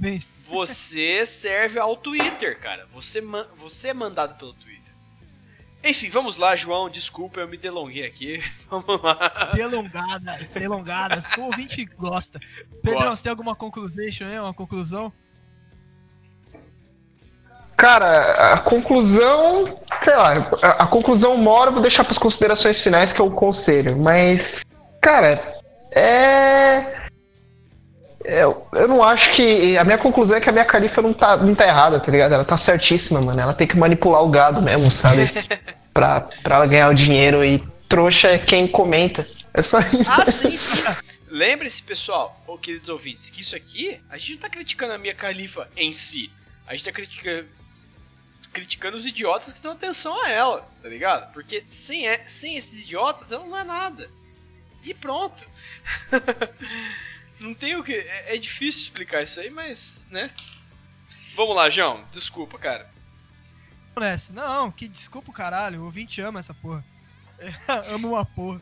serve ao Twitter, cara. Você é mandado pelo Twitter. Enfim, vamos lá, João. Desculpa, eu me delonguei aqui. Vamos lá. Delongadas. O ouvinte gosta. Pedrão, você tem alguma conclusão aí? Uma conclusão? Cara, a conclusão... Sei lá, a conclusão mora, vou deixar para as considerações finais, que é o conselho. Mas, cara, eu não acho que... A minha conclusão é que a Mia Khalifa não tá errada, tá ligado? Ela tá certíssima, mano. Ela tem que manipular o gado mesmo, sabe? pra ela ganhar o dinheiro, e trouxa é quem comenta. É só isso. Ah, sim. Lembre-se, pessoal, queridos ouvintes, que isso aqui, a gente não tá criticando a Mia Khalifa em si. A gente tá criticando os idiotas que dão atenção a ela, tá ligado? Porque sem esses idiotas, ela não é nada. E pronto. Não tem o que... É difícil explicar isso aí, mas, né? Vamos lá, João. Desculpa, cara. Nessa. Não, que desculpa o caralho. O ouvinte ama essa porra. Ama uma porra.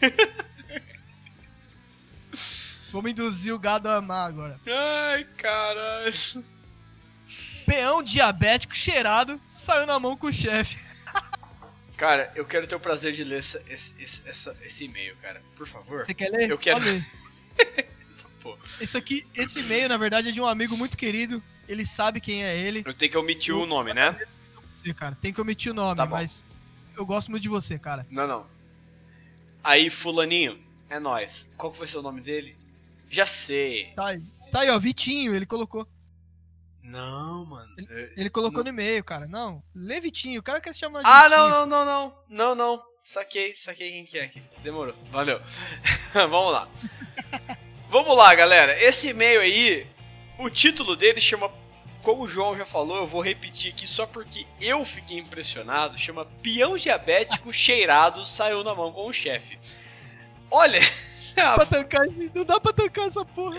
Vamos induzir o gado a amar agora. Ai, caralho. Peão diabético cheirado saiu na mão com o chefe. Cara, eu quero ter o prazer de ler esse e-mail, cara. Por favor. Você quer ler? Eu quero. Pode ler. Essa porra. Esse e-mail, na verdade, é de um amigo muito querido. Ele sabe quem é ele. Eu tenho que omitir o nome, né? Você, cara. Tem que omitir o nome, Tá bom. mas eu gosto muito de você, cara. Não. Aí, fulaninho, é nóis. Qual que vai ser o nome dele? Já sei. Tá aí, ó, Vitinho, ele colocou. Não, mano. Ele colocou no e-mail, cara. Não, lê Vitinho, o cara quer se chamar de Ah, Vitinho. não. Saquei quem que é aqui. Demorou, valeu. Vamos lá. Vamos lá, galera. Esse e-mail aí, o título dele chama, como o João já falou, eu vou repetir aqui só porque eu fiquei impressionado, chama Peão Diabético Cheirado Saiu na Mão com o Chefe. Olha... Não dá pra tancar essa porra.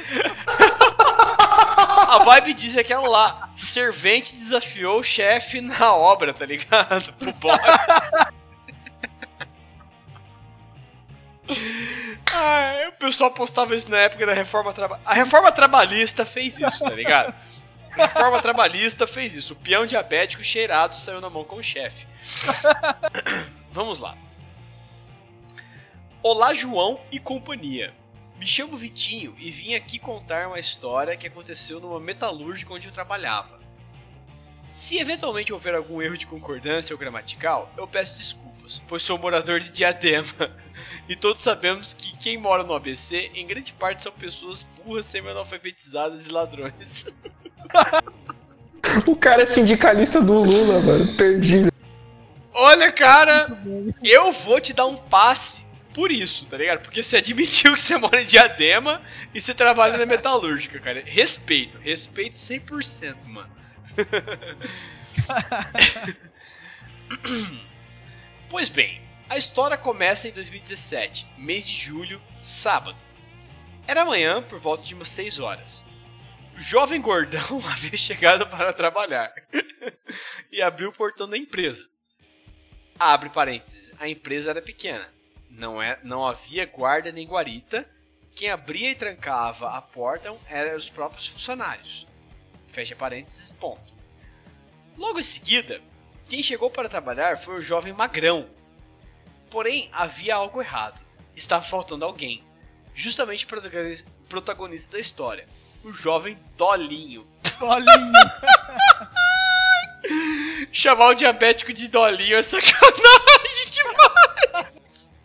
A vibe diz aquela lá, servente desafiou o chefe na obra, tá ligado? Pro boxe. O pessoal postava isso na época da reforma trabalhista. A reforma trabalhista fez isso, tá ligado? A reforma trabalhista fez isso. O peão diabético cheirado saiu na mão com o chefe. Vamos lá. Olá, João e companhia. Me chamo Vitinho e vim aqui contar uma história que aconteceu numa metalúrgica onde eu trabalhava. Se eventualmente houver algum erro de concordância ou gramatical, eu peço desculpas, pois sou morador de Diadema. E todos sabemos que quem mora no ABC, em grande parte são pessoas burras, semi-analfabetizadas e ladrões. O cara é sindicalista do Lula, mano. Perdido. Olha, cara, eu vou te dar um passe por isso, tá ligado? Porque você admitiu que você mora em Diadema e você trabalha na metalúrgica, cara. Respeito 100%, mano. Pois bem, a história começa em 2017, mês de julho, sábado. Era manhã, por volta de umas 6 horas. O jovem gordão havia chegado para trabalhar e abriu o portão da empresa. Abre parênteses, a empresa era pequena. Não havia guarda nem guarita. Quem abria e trancava a porta eram os próprios funcionários. Fecha parênteses, ponto. Logo em seguida, quem chegou para trabalhar foi o jovem magrão. Porém, havia algo errado. Estava faltando alguém. Justamente o protagonista da história. O jovem Dolinho. Dolinho. Chamar o diabético de Dolinho é sacanagem demais.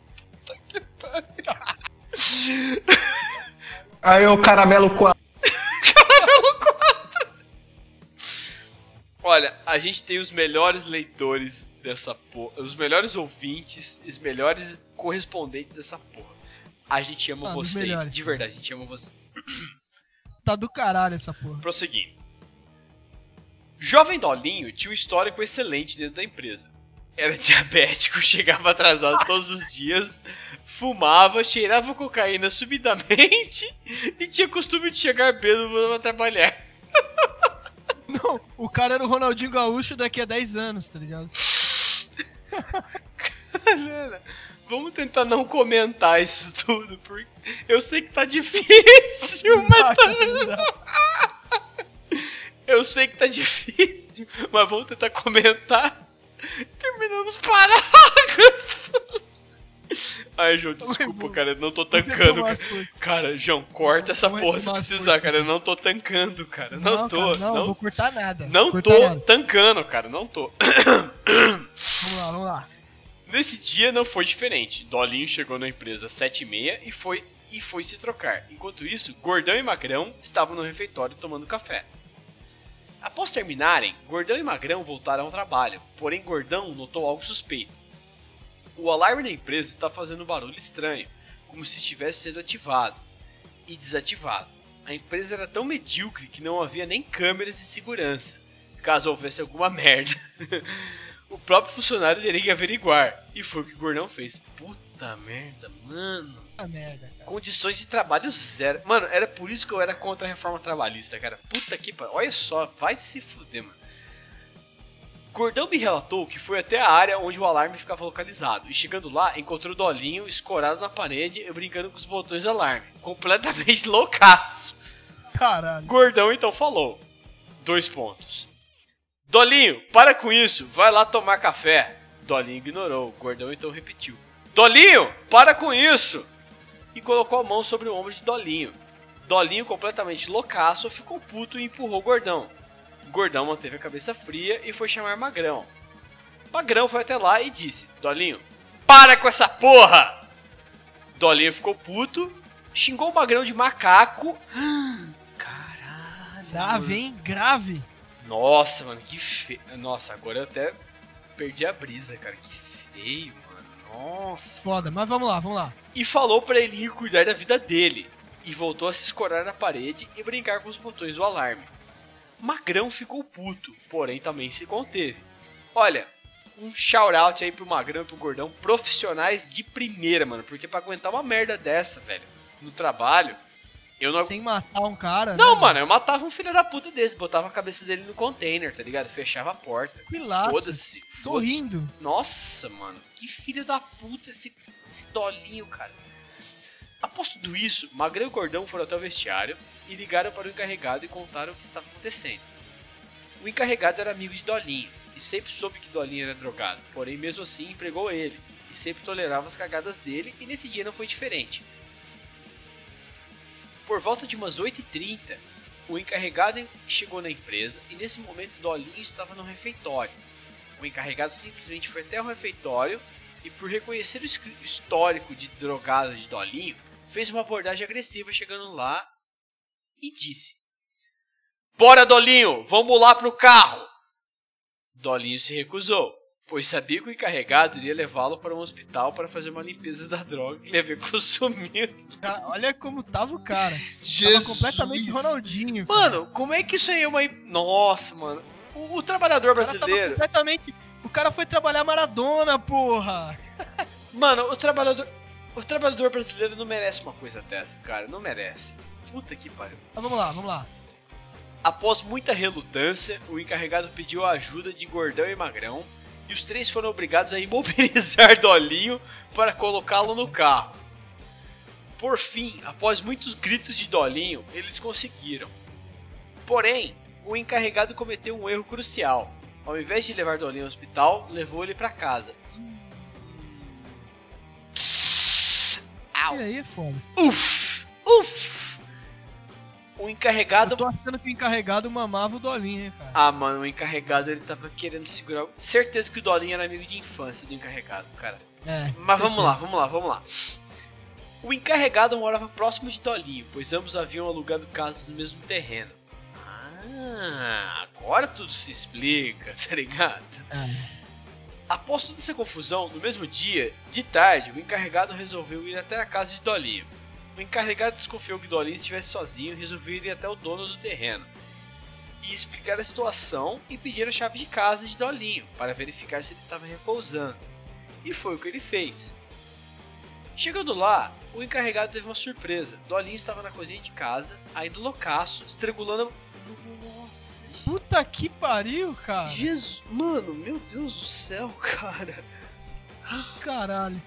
Aí o Caramelo 4. Caramelo 4. Olha, a gente tem os melhores leitores dessa porra, os melhores ouvintes, os melhores correspondentes dessa porra. A gente ama vocês, melhores, de verdade, a gente ama vocês. Tá do caralho essa porra. Prosseguindo. Jovem Dolinho tinha um histórico excelente dentro da empresa. Era diabético, chegava atrasado todos os dias, fumava, cheirava cocaína subitamente e tinha costume de chegar bêbado para trabalhar. Não, o cara era o Ronaldinho Gaúcho daqui a 10 anos, tá ligado? Galera, vamos tentar não comentar isso tudo, porque eu sei que tá difícil, mas eu sei que tá difícil, mas vamos tentar comentar. Terminando os parágrafos. Ai, João, desculpa, cara, eu não tô tancando. Cara, João, corta essa porra se precisar, cara. Eu não tô tancando, cara. Não tô. Cara, não vou cortar nada. Não tô tancando, cara. Não tô. Vamos lá. Nesse dia não foi diferente. Dolinho chegou na empresa às 7h30 e foi se trocar. Enquanto isso, Gordão e Magrão estavam no refeitório tomando café. Após terminarem, Gordão e Magrão voltaram ao trabalho, porém Gordão notou algo suspeito. O alarme da empresa está fazendo um barulho estranho, como se estivesse sendo ativado e desativado. A empresa era tão medíocre que não havia nem câmeras de segurança, caso houvesse alguma merda. O próprio funcionário teria que averiguar, e foi o que o Gordão fez. Puta merda, mano. merda, cara. Condições de trabalho zero. Mano, era por isso que eu era contra a reforma trabalhista, cara. Puta que pariu. Olha só, vai se fuder, mano. Gordão me relatou que foi até a área onde o alarme ficava localizado. E chegando lá, encontrou o Dolinho escorado na parede e brincando com os botões do alarme. Completamente loucaço. Caralho. Gordão então falou. 2 pontos. Dolinho, para com isso. Vai lá tomar café. Dolinho ignorou. Gordão então repetiu. Dolinho, para com isso. E colocou a mão sobre o ombro de Dolinho. Dolinho, completamente loucaço, ficou puto e empurrou o Gordão. Gordão manteve a cabeça fria e foi chamar Magrão. Magrão foi até lá e disse: Dolinho, para com essa porra! Dolinho ficou puto, xingou o Magrão de macaco. Caralho. Grave, hein? Grave. Nossa, mano, que feio. Nossa, agora eu até perdi a brisa, cara. Que feio, mano. Nossa. Foda, mas vamos lá. E falou pra ele ir cuidar da vida dele. E voltou a se escorar na parede e brincar com os botões do alarme. Magrão ficou puto, porém também se conteve. Olha, um shout-out aí pro Magrão e pro Gordão, profissionais de primeira, mano. Porque pra aguentar uma merda dessa, velho, no trabalho, eu não... Sem matar um cara, Não, né, mano, eu matava um filho da puta desse, botava a cabeça dele no container, tá ligado? Fechava a porta. Tranquilaço, Foda-se. sorrindo. Nossa, mano, que filho da puta esse Dolinho, cara. Após tudo isso, Magrão e Gordão foram até o vestiário e ligaram para o encarregado e contaram o que estava acontecendo. O encarregado era amigo de Dolinho e sempre soube que Dolinho era drogado, porém mesmo assim empregou ele e sempre tolerava as cagadas dele e nesse dia não foi diferente. Por volta de umas 8h30, o encarregado chegou na empresa e nesse momento Dolinho estava no refeitório. O encarregado simplesmente foi até o refeitório e por reconhecer o histórico de drogado de Dolinho, fez uma abordagem agressiva chegando lá e disse: Bora, Dolinho, vamos lá pro carro. Dolinho se recusou, pois sabia que o encarregado iria levá-lo para um hospital para fazer uma limpeza da droga que ele havia consumido. Cara, olha como tava o cara. Jesus. Tava completamente Ronaldinho. Cara. Mano, como é que isso aí é uma... Nossa, mano. O trabalhador brasileiro... O cara foi trabalhar Maradona, porra. Mano, o trabalhador brasileiro não merece uma coisa dessa, cara. Não merece. Puta que pariu. Mas vamos lá. Após muita relutância, o encarregado pediu a ajuda de Gordão e Magrão e os três foram obrigados a imobilizar Dolinho para colocá-lo no carro. Por fim, após muitos gritos de Dolinho, eles conseguiram. Porém, o encarregado cometeu um erro crucial. Ao invés de levar Dolinho ao hospital, levou ele para casa. Au. E aí é foda. Uf! O encarregado... Eu tô achando que o encarregado mamava o Dolinho, hein, cara. Ah, mano, o encarregado, ele tava querendo segurar... Certeza que o Dolinho era amigo de infância do encarregado, cara. Mas vamos lá. O encarregado morava próximo de Dolinho, pois ambos haviam alugado casas no mesmo terreno. Agora tudo se explica, tá ligado? Após toda essa confusão, no mesmo dia, de tarde, o encarregado resolveu ir até a casa de Dolinho. O encarregado desconfiou que Dolinho estivesse sozinho e resolveu ir até o dono do terreno e explicar a situação e pedir a chave de casa de Dolinho para verificar se ele estava repousando. E foi o que ele fez. Chegando lá, o encarregado teve uma surpresa. Dolinho estava na cozinha de casa, ainda loucaço, estrangulando... Nossa, puta que pariu, cara. Jesus, mano, meu Deus do céu, cara. Caralho.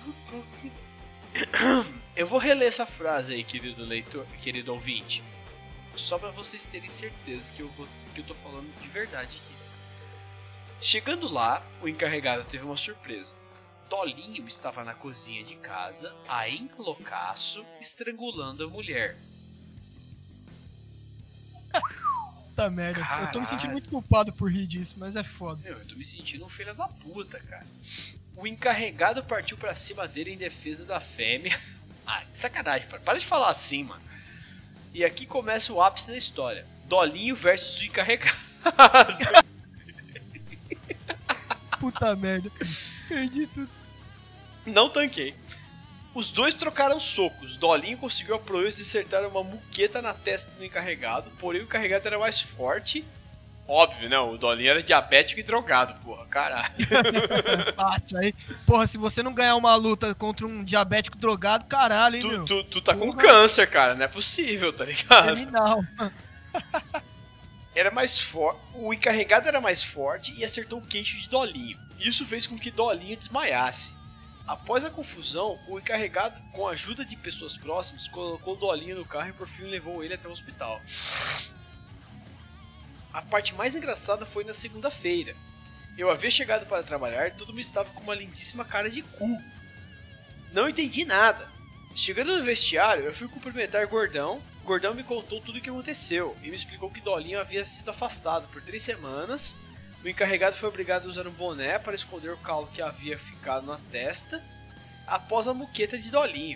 Eu vou reler essa frase aí, querido leitor, querido ouvinte, só pra vocês terem certeza que eu tô falando de verdade aqui. Chegando lá, o encarregado teve uma surpresa. Dolinho estava na cozinha de casa, ainda loucaço, estrangulando a mulher. Puta merda. Caralho. Eu tô me sentindo muito culpado por rir disso, mas é foda. Eu tô me sentindo um filho da puta, cara. O encarregado partiu pra cima dele em defesa da fêmea. Ah, que sacanagem, para de falar assim, mano. E aqui começa o ápice da história. Dolinho versus o encarregado. Puta merda. Perdi tudo. Não tanquei. Os dois trocaram socos. Dolinho conseguiu a proeza de acertar uma muqueta na testa do encarregado, porém o encarregado era mais forte. Óbvio, não. O Dolinho era diabético e drogado, porra. Caralho. Fácil aí. Porra, se você não ganhar uma luta contra um diabético drogado, caralho, hein, meu? Tu tá com câncer, cara. Não é possível, tá ligado? Terminal. Era mais forte. O encarregado era mais forte e acertou o queixo de Dolinho. Isso fez com que Dolinho desmaiasse. Após a confusão, o encarregado, com a ajuda de pessoas próximas, colocou Dolinho no carro e por fim levou ele até o hospital. A parte mais engraçada foi na segunda-feira. Eu havia chegado para trabalhar e todo mundo estava com uma lindíssima cara de cu. Não entendi nada. Chegando no vestiário, eu fui cumprimentar Gordão. Gordão me contou tudo o que aconteceu e me explicou que Dolinho havia sido afastado por 3 semanas. O encarregado foi obrigado a usar um boné para esconder o calo que havia ficado na testa após a muqueta de Dolinho.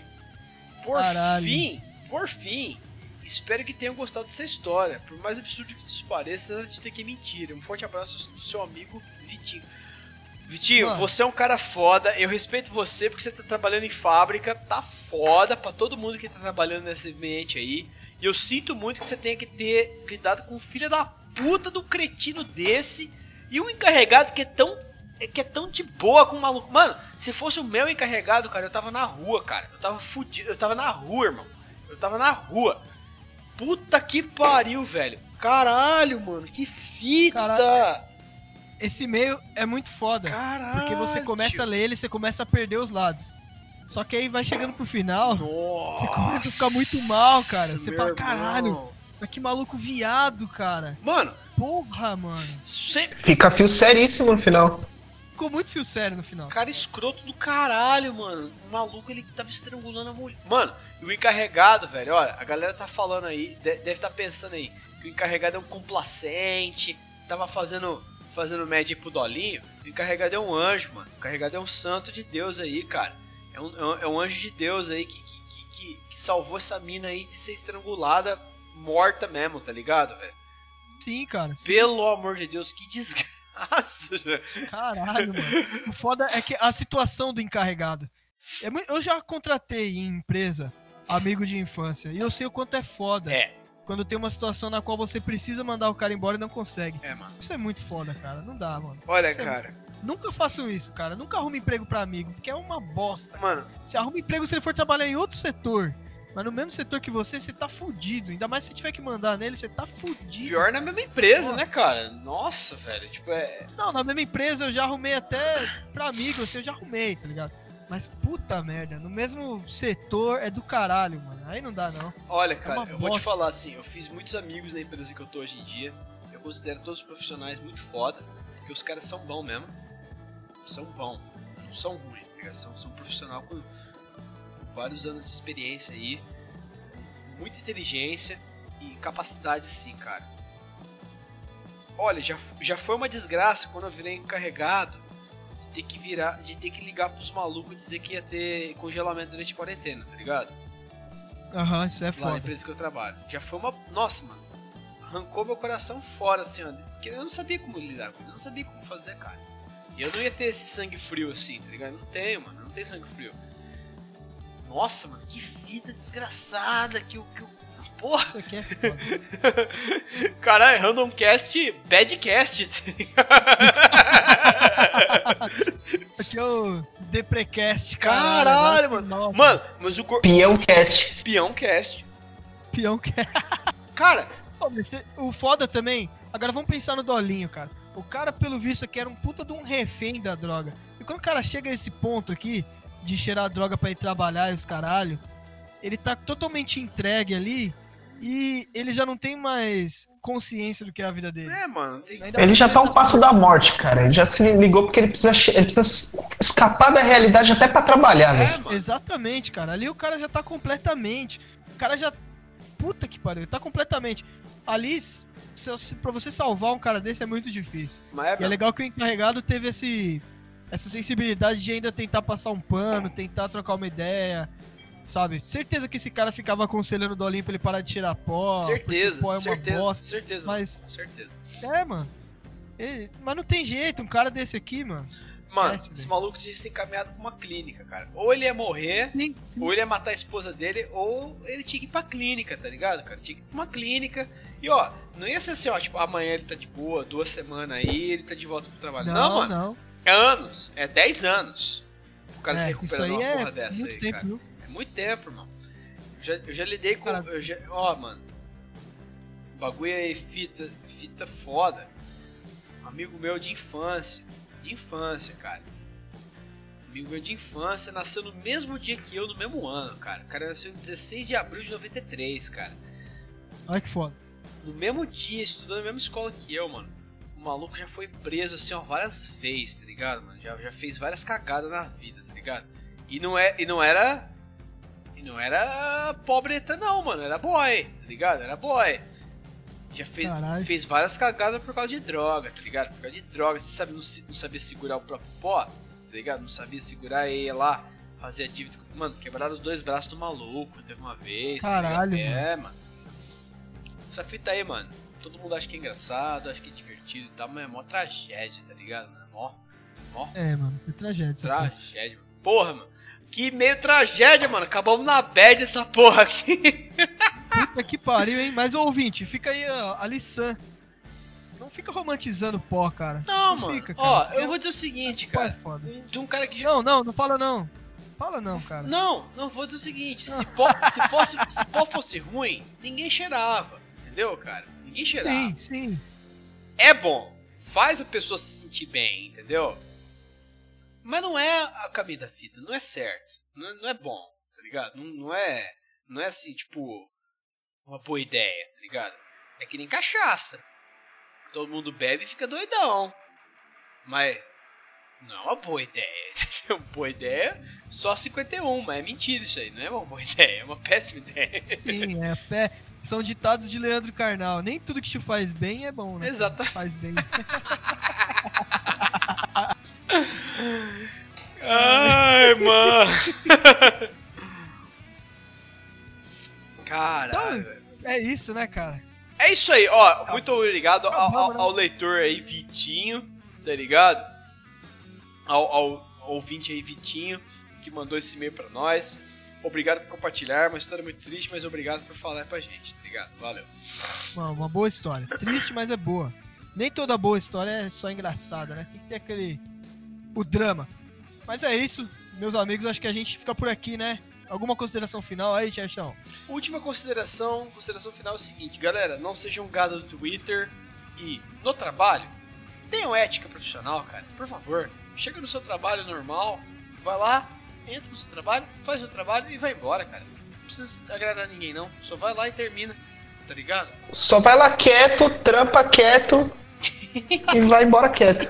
Por fim, espero que tenham gostado dessa história. Por mais absurdo que isso pareça, nada disso aqui é mentira. Um forte abraço do seu amigo Vitinho. Vitinho, mano, você é um cara foda, eu respeito você porque você tá trabalhando em fábrica, tá foda pra todo mundo que tá trabalhando nesse ambiente aí. E eu sinto muito que você tenha que ter lidado com um filho da puta do cretino desse e um encarregado que é tão de boa com um maluco. Mano, se fosse o meu encarregado, cara, eu tava na rua, cara. Eu tava fudido, eu tava na rua, irmão. Eu tava na rua. Puta que pariu, velho. Caralho, mano, que fita. Caralho. Esse meio é muito foda. Caralho. Porque você começa a ler ele, você começa a perder os lados. Só que aí vai chegando pro final, nossa, você começa a ficar muito mal, cara. Você fala, irmão, caralho, mas que maluco viado, cara. Mano. Porra, mano. Fica fio seríssimo no final. Ficou muito fio sério no final. Cara escroto do caralho, mano. O maluco, ele tava estrangulando a mulher. Mano, e o encarregado, velho, olha, a galera tá falando aí, deve estar pensando aí, que o encarregado é um complacente, tava fazendo média pro Dolinho. O encarregado é um anjo, mano. O encarregado é um santo de Deus aí, cara. É um anjo de Deus aí que salvou essa mina aí de ser estrangulada, morta mesmo, tá ligado, velho? Sim, cara. Sim. Pelo amor de Deus, que desgraça, velho. Caralho, mano. O foda é que a situação do encarregado. Eu já contratei em empresa amigo de infância e eu sei o quanto é foda. Quando tem uma situação na qual você precisa mandar o cara embora e não consegue. Mano. Isso é muito foda, cara. Não dá, mano. Olha, cara. Nunca façam isso, cara. Nunca arrume emprego pra amigo, porque é uma bosta. Mano. Você arruma emprego se ele for trabalhar em outro setor. Mas no mesmo setor que você tá fudido. Ainda mais se tiver que mandar nele, você tá fudido. Pior na mesma empresa, né, cara? Nossa, velho. Tipo, Não, na mesma empresa eu já arrumei até pra amigo, assim, eu já arrumei, tá ligado? Mas puta merda, no mesmo setor é do caralho, mano. Aí não dá, não. Olha, cara, eu vou te falar assim, eu fiz muitos amigos na empresa que eu tô hoje em dia. Eu considero todos os profissionais muito foda, porque os caras são bons mesmo. São bons, não são ruins, tá? São profissional com vários anos de experiência aí, muita inteligência e capacidade sim, cara. Olha, já foi uma desgraça quando eu virei encarregado de ter que ligar pros malucos e dizer que ia ter congelamento durante a quarentena, tá ligado? Aham, isso é Lá foda. na empresa que eu trabalho. Já foi uma... Nossa, mano. Arrancou meu coração fora, assim, ó. Porque eu não sabia como lidar com isso. Eu não sabia como fazer, cara. E eu não ia ter esse sangue frio assim, tá ligado? Não tenho, mano. Eu não tenho sangue frio. Nossa, mano. Que vida desgraçada que o... Porra! Isso aqui é foda. Caralho, Randomcast, Badcast. Aqui é o Deprecast, caralho, mano. Nossa. Mano, mas o... Peãocast. Peãocast. Peãocast. Cara... O foda também... Agora vamos pensar no Dolinho, cara. O cara, pelo visto, aqui era um puta de um refém da droga. E quando o cara chega a esse ponto aqui, de cheirar droga pra ir trabalhar e os caralho, ele tá totalmente entregue ali e ele já não tem mais consciência do que é a vida dele. Mano. Ele já tá um passo da morte, cara. Ele já se ligou porque ele precisa escapar da realidade até pra trabalhar, né? Mano. Exatamente, cara. Ali o cara já tá completamente... O cara já... Puta que pariu, tá completamente... Ali, pra você salvar um cara desse é muito difícil. E é legal que o encarregado teve essa sensibilidade de ainda tentar passar um pano, tentar trocar uma ideia, sabe? Certeza que esse cara ficava aconselhando o Dolinho pra ele parar de tirar pó. Certeza, pó é uma certeza, bosta. certeza, mas, certeza. Mano. Mas não tem jeito, um cara desse aqui, mano. Mano, Esquece, esse velho. maluco tinha que ser encaminhado pra uma clínica, cara. Ou ele ia morrer, Sim, sim. ou ele ia matar a esposa dele, ou ele tinha que ir pra clínica, tá ligado, cara? Tinha que ir pra uma clínica. E ó, não ia ser assim, ó, tipo, amanhã ele tá de boa, 2 semanas aí, ele tá de volta pro trabalho. Não, mano. Não. É anos, é 10 anos. O cara se É, recupera isso aí de uma é porra dessa muito aí, tempo, cara. viu? É muito tempo, irmão. Eu já lidei com. Cara. Ó, mano. O bagulho aí, fita foda. Um amigo meu de infância. De infância, cara. Amigo meu de infância, nasceu no mesmo dia que eu, no mesmo ano, cara. O cara nasceu em 16 de abril de 93, cara. Olha que foda. No mesmo dia, estudou na mesma escola que eu, mano. O maluco já foi preso, assim, ó, várias vezes, tá ligado, mano? Já fez várias cagadas na vida, tá ligado? E não era pobreta não, mano. Era boy, tá ligado? Era boy. Já fez várias cagadas por causa de droga, tá ligado? Por causa de droga. Você sabe, não sabia segurar o próprio pó, tá ligado? Não sabia segurar ele lá, fazer a dívida. Mano, quebraram os 2 braços do maluco, teve uma vez. Caralho, tá ligado? É, mano. Essa fita aí, mano. Todo mundo acha que é engraçado, acha que é divertido e tal, mas é mó tragédia, tá ligado? Mó É, mano, é tragédia. essa porra. tragédia. Porra, mano. Que meio tragédia, mano. Acabamos na bad essa porra aqui. Puta que pariu, hein? Mas, ô, ouvinte, fica aí a lição. Não fica romantizando pó, cara. Não, mano. Fica, cara. Ó, Porque eu vou dizer o seguinte, pó é cara. foda. De um cara que já... Não fala não. Fala não, cara. Não, vou dizer o seguinte. Se pó fosse ruim, ninguém cheirava. Entendeu, cara? Ninguém cheirava. Sim. É bom. Faz a pessoa se sentir bem, entendeu? Mas não é a caminho da vida. Não é certo. Não é bom, tá ligado? Não é assim, tipo, uma boa ideia, tá ligado? É que nem cachaça. Todo mundo bebe e fica doidão. Mas não é uma boa ideia, entendeu? Boa ideia só 51, mas é mentira isso aí. Não é uma boa ideia, é uma péssima ideia. Sim, são ditados de Leandro Carnal. Nem tudo que te faz bem é bom, né? Exato. Faz bem. Ai, mano. Caralho. Então, é isso, né, cara? É isso aí, ó. Muito obrigado Acabamos, né? ao leitor aí, Vitinho, tá ligado? Ao ouvinte aí, Vitinho, que mandou esse e-mail pra nós. Obrigado por compartilhar, uma história muito triste, mas obrigado por falar pra gente, tá ligado? Valeu. Uma boa história. Triste, mas é boa. Nem toda boa história é só engraçada, né? Tem que ter o drama. Mas é isso, meus amigos. Acho que a gente fica por aqui, né? Alguma consideração final aí, Xerxão? Última consideração final é o seguinte, galera, não sejam gado do Twitter e no trabalho, tenham ética profissional, cara, por favor. Chega no seu trabalho normal, vai lá, entra no seu trabalho, faz o seu trabalho e vai embora, cara. Não precisa agradar ninguém não, só vai lá e termina, tá ligado? Só vai lá quieto, trampa quieto e vai embora quieto.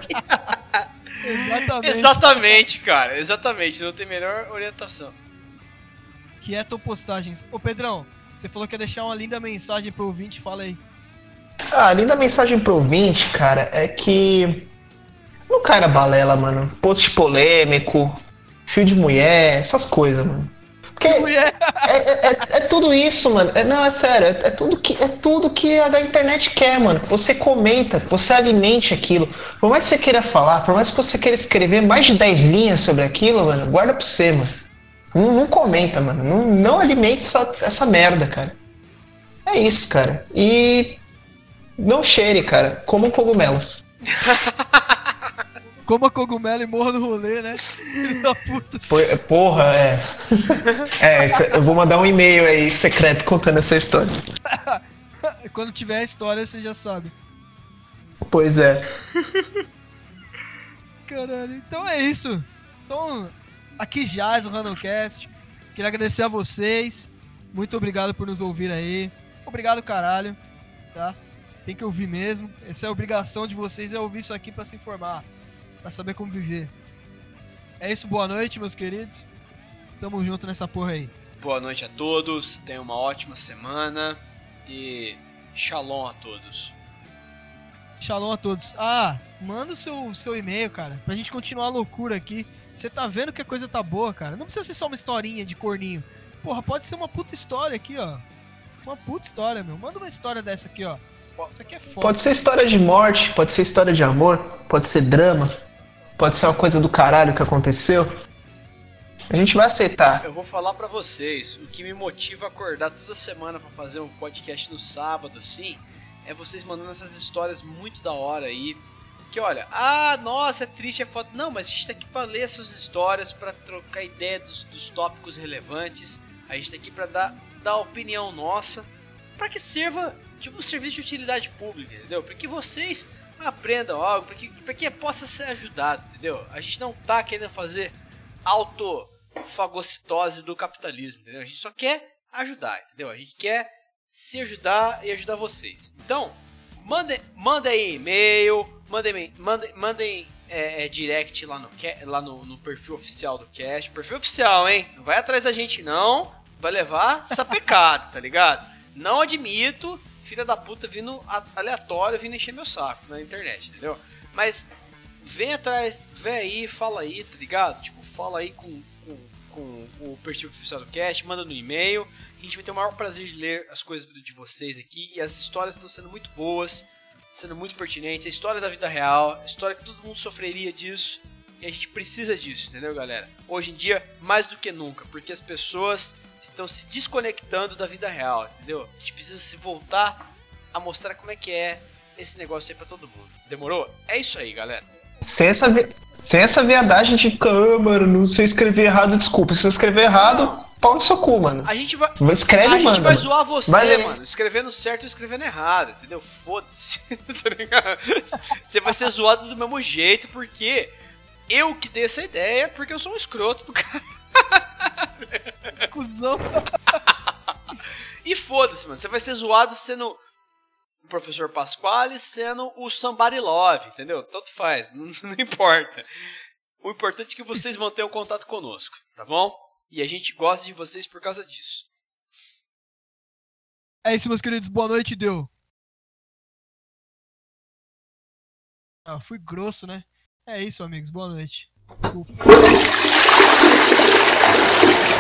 Exatamente, cara, exatamente, não tem melhor orientação. Quieto postagens. Ô, Pedrão, você falou que ia deixar uma linda mensagem pro ouvinte, fala aí. A linda mensagem pro ouvinte, cara, é que não cai na balela, mano. Post polêmico, fio de mulher, essas coisas, mano. Porque é tudo isso, mano. Não, é sério, é tudo que a da internet quer, mano. Que você comenta, que você alimente aquilo. Por mais que você queira falar, por mais que você queira escrever mais de 10 linhas sobre aquilo, mano, guarda pra você, mano. Não comenta, mano. Não alimente essa merda, cara. É isso, cara. E não cheire, cara. Comam cogumelos. Coma cogumelo e morra no rolê, né? Filho da puta. Porra, eu vou mandar um e-mail aí secreto contando essa história. Quando tiver a história, você já sabe. Pois é. Caralho, então é isso. Então, aqui jaz o Randomcast. Queria agradecer a vocês. Muito obrigado por nos ouvir aí. Obrigado, caralho. Tá? Tem que ouvir mesmo. Essa é a obrigação de vocês, é ouvir isso aqui pra se informar. Pra saber como viver. É isso, boa noite, meus queridos. Tamo junto nessa porra aí. Boa noite a todos, tenham uma ótima semana e shalom a todos. Shalom a todos. Manda o seu e-mail, cara, pra gente continuar a loucura aqui. Você tá vendo que a coisa tá boa, cara. Não precisa ser só uma historinha de corninho. Porra, pode ser uma puta história aqui, ó. Uma puta história, meu. Manda uma história dessa aqui, ó. Isso aqui é foda. Pode ser história de morte, pode ser história de amor, pode ser drama, pode ser uma coisa do caralho que aconteceu, a gente vai aceitar. Eu vou falar pra vocês, o que me motiva a acordar toda semana pra fazer um podcast no sábado, assim, é vocês mandando essas histórias muito da hora aí. Que olha, nossa, é triste, é foda. Não, mas a gente tá aqui pra ler essas histórias, pra trocar ideia dos tópicos relevantes. A gente tá aqui pra dar a opinião nossa, pra que sirva tipo um serviço de utilidade pública, entendeu? Pra que vocês aprendam algo, pra que possa ser ajudado, entendeu? A gente não tá querendo fazer autofagocitose do capitalismo, entendeu? A gente só quer ajudar, entendeu? A gente quer se ajudar e ajudar vocês. Então, mandem e-mail, mandem direct lá no perfil oficial do cast. Perfil oficial, hein? Não vai atrás da gente, não. Vai levar sapecada, tá ligado? Não admito filha da puta vindo aleatório, vindo encher meu saco na internet, entendeu? Mas vem atrás, vem aí, fala aí, tá ligado? Tipo, fala aí com o perfil oficial do cast, manda no e-mail. A gente vai ter o maior prazer de ler as coisas de vocês aqui. E as histórias estão sendo muito boas, sendo muito pertinentes. A história da vida real, a história que todo mundo sofreria disso. E a gente precisa disso, entendeu, galera? Hoje em dia, mais do que nunca, porque as pessoas estão se desconectando da vida real, entendeu? A gente precisa se voltar a mostrar como é que é esse negócio aí pra todo mundo. Demorou? É isso aí, galera. Sem essa viadagem, a gente fica, mano, não sei escrever errado, desculpa. Se eu escrever errado, pau no seu cu, mano. A gente vai. Escreve, a gente mano. vai zoar você, vai mano. Escrevendo certo ou escrevendo errado, entendeu? Foda-se. Tá ligado? Você vai ser zoado do mesmo jeito, porque eu que dei essa ideia, porque eu sou um escroto do cara. Cusão. E foda-se, mano. Você vai ser zoado sendo o professor Pasquale, sendo o Somebody Love, entendeu? Tanto faz, não importa. O importante é que vocês mantenham contato conosco, tá bom? E a gente gosta de vocês por causa disso. É isso, meus queridos. Boa noite, deu. Fui grosso, né? É isso, amigos. Boa noite. Desculpa.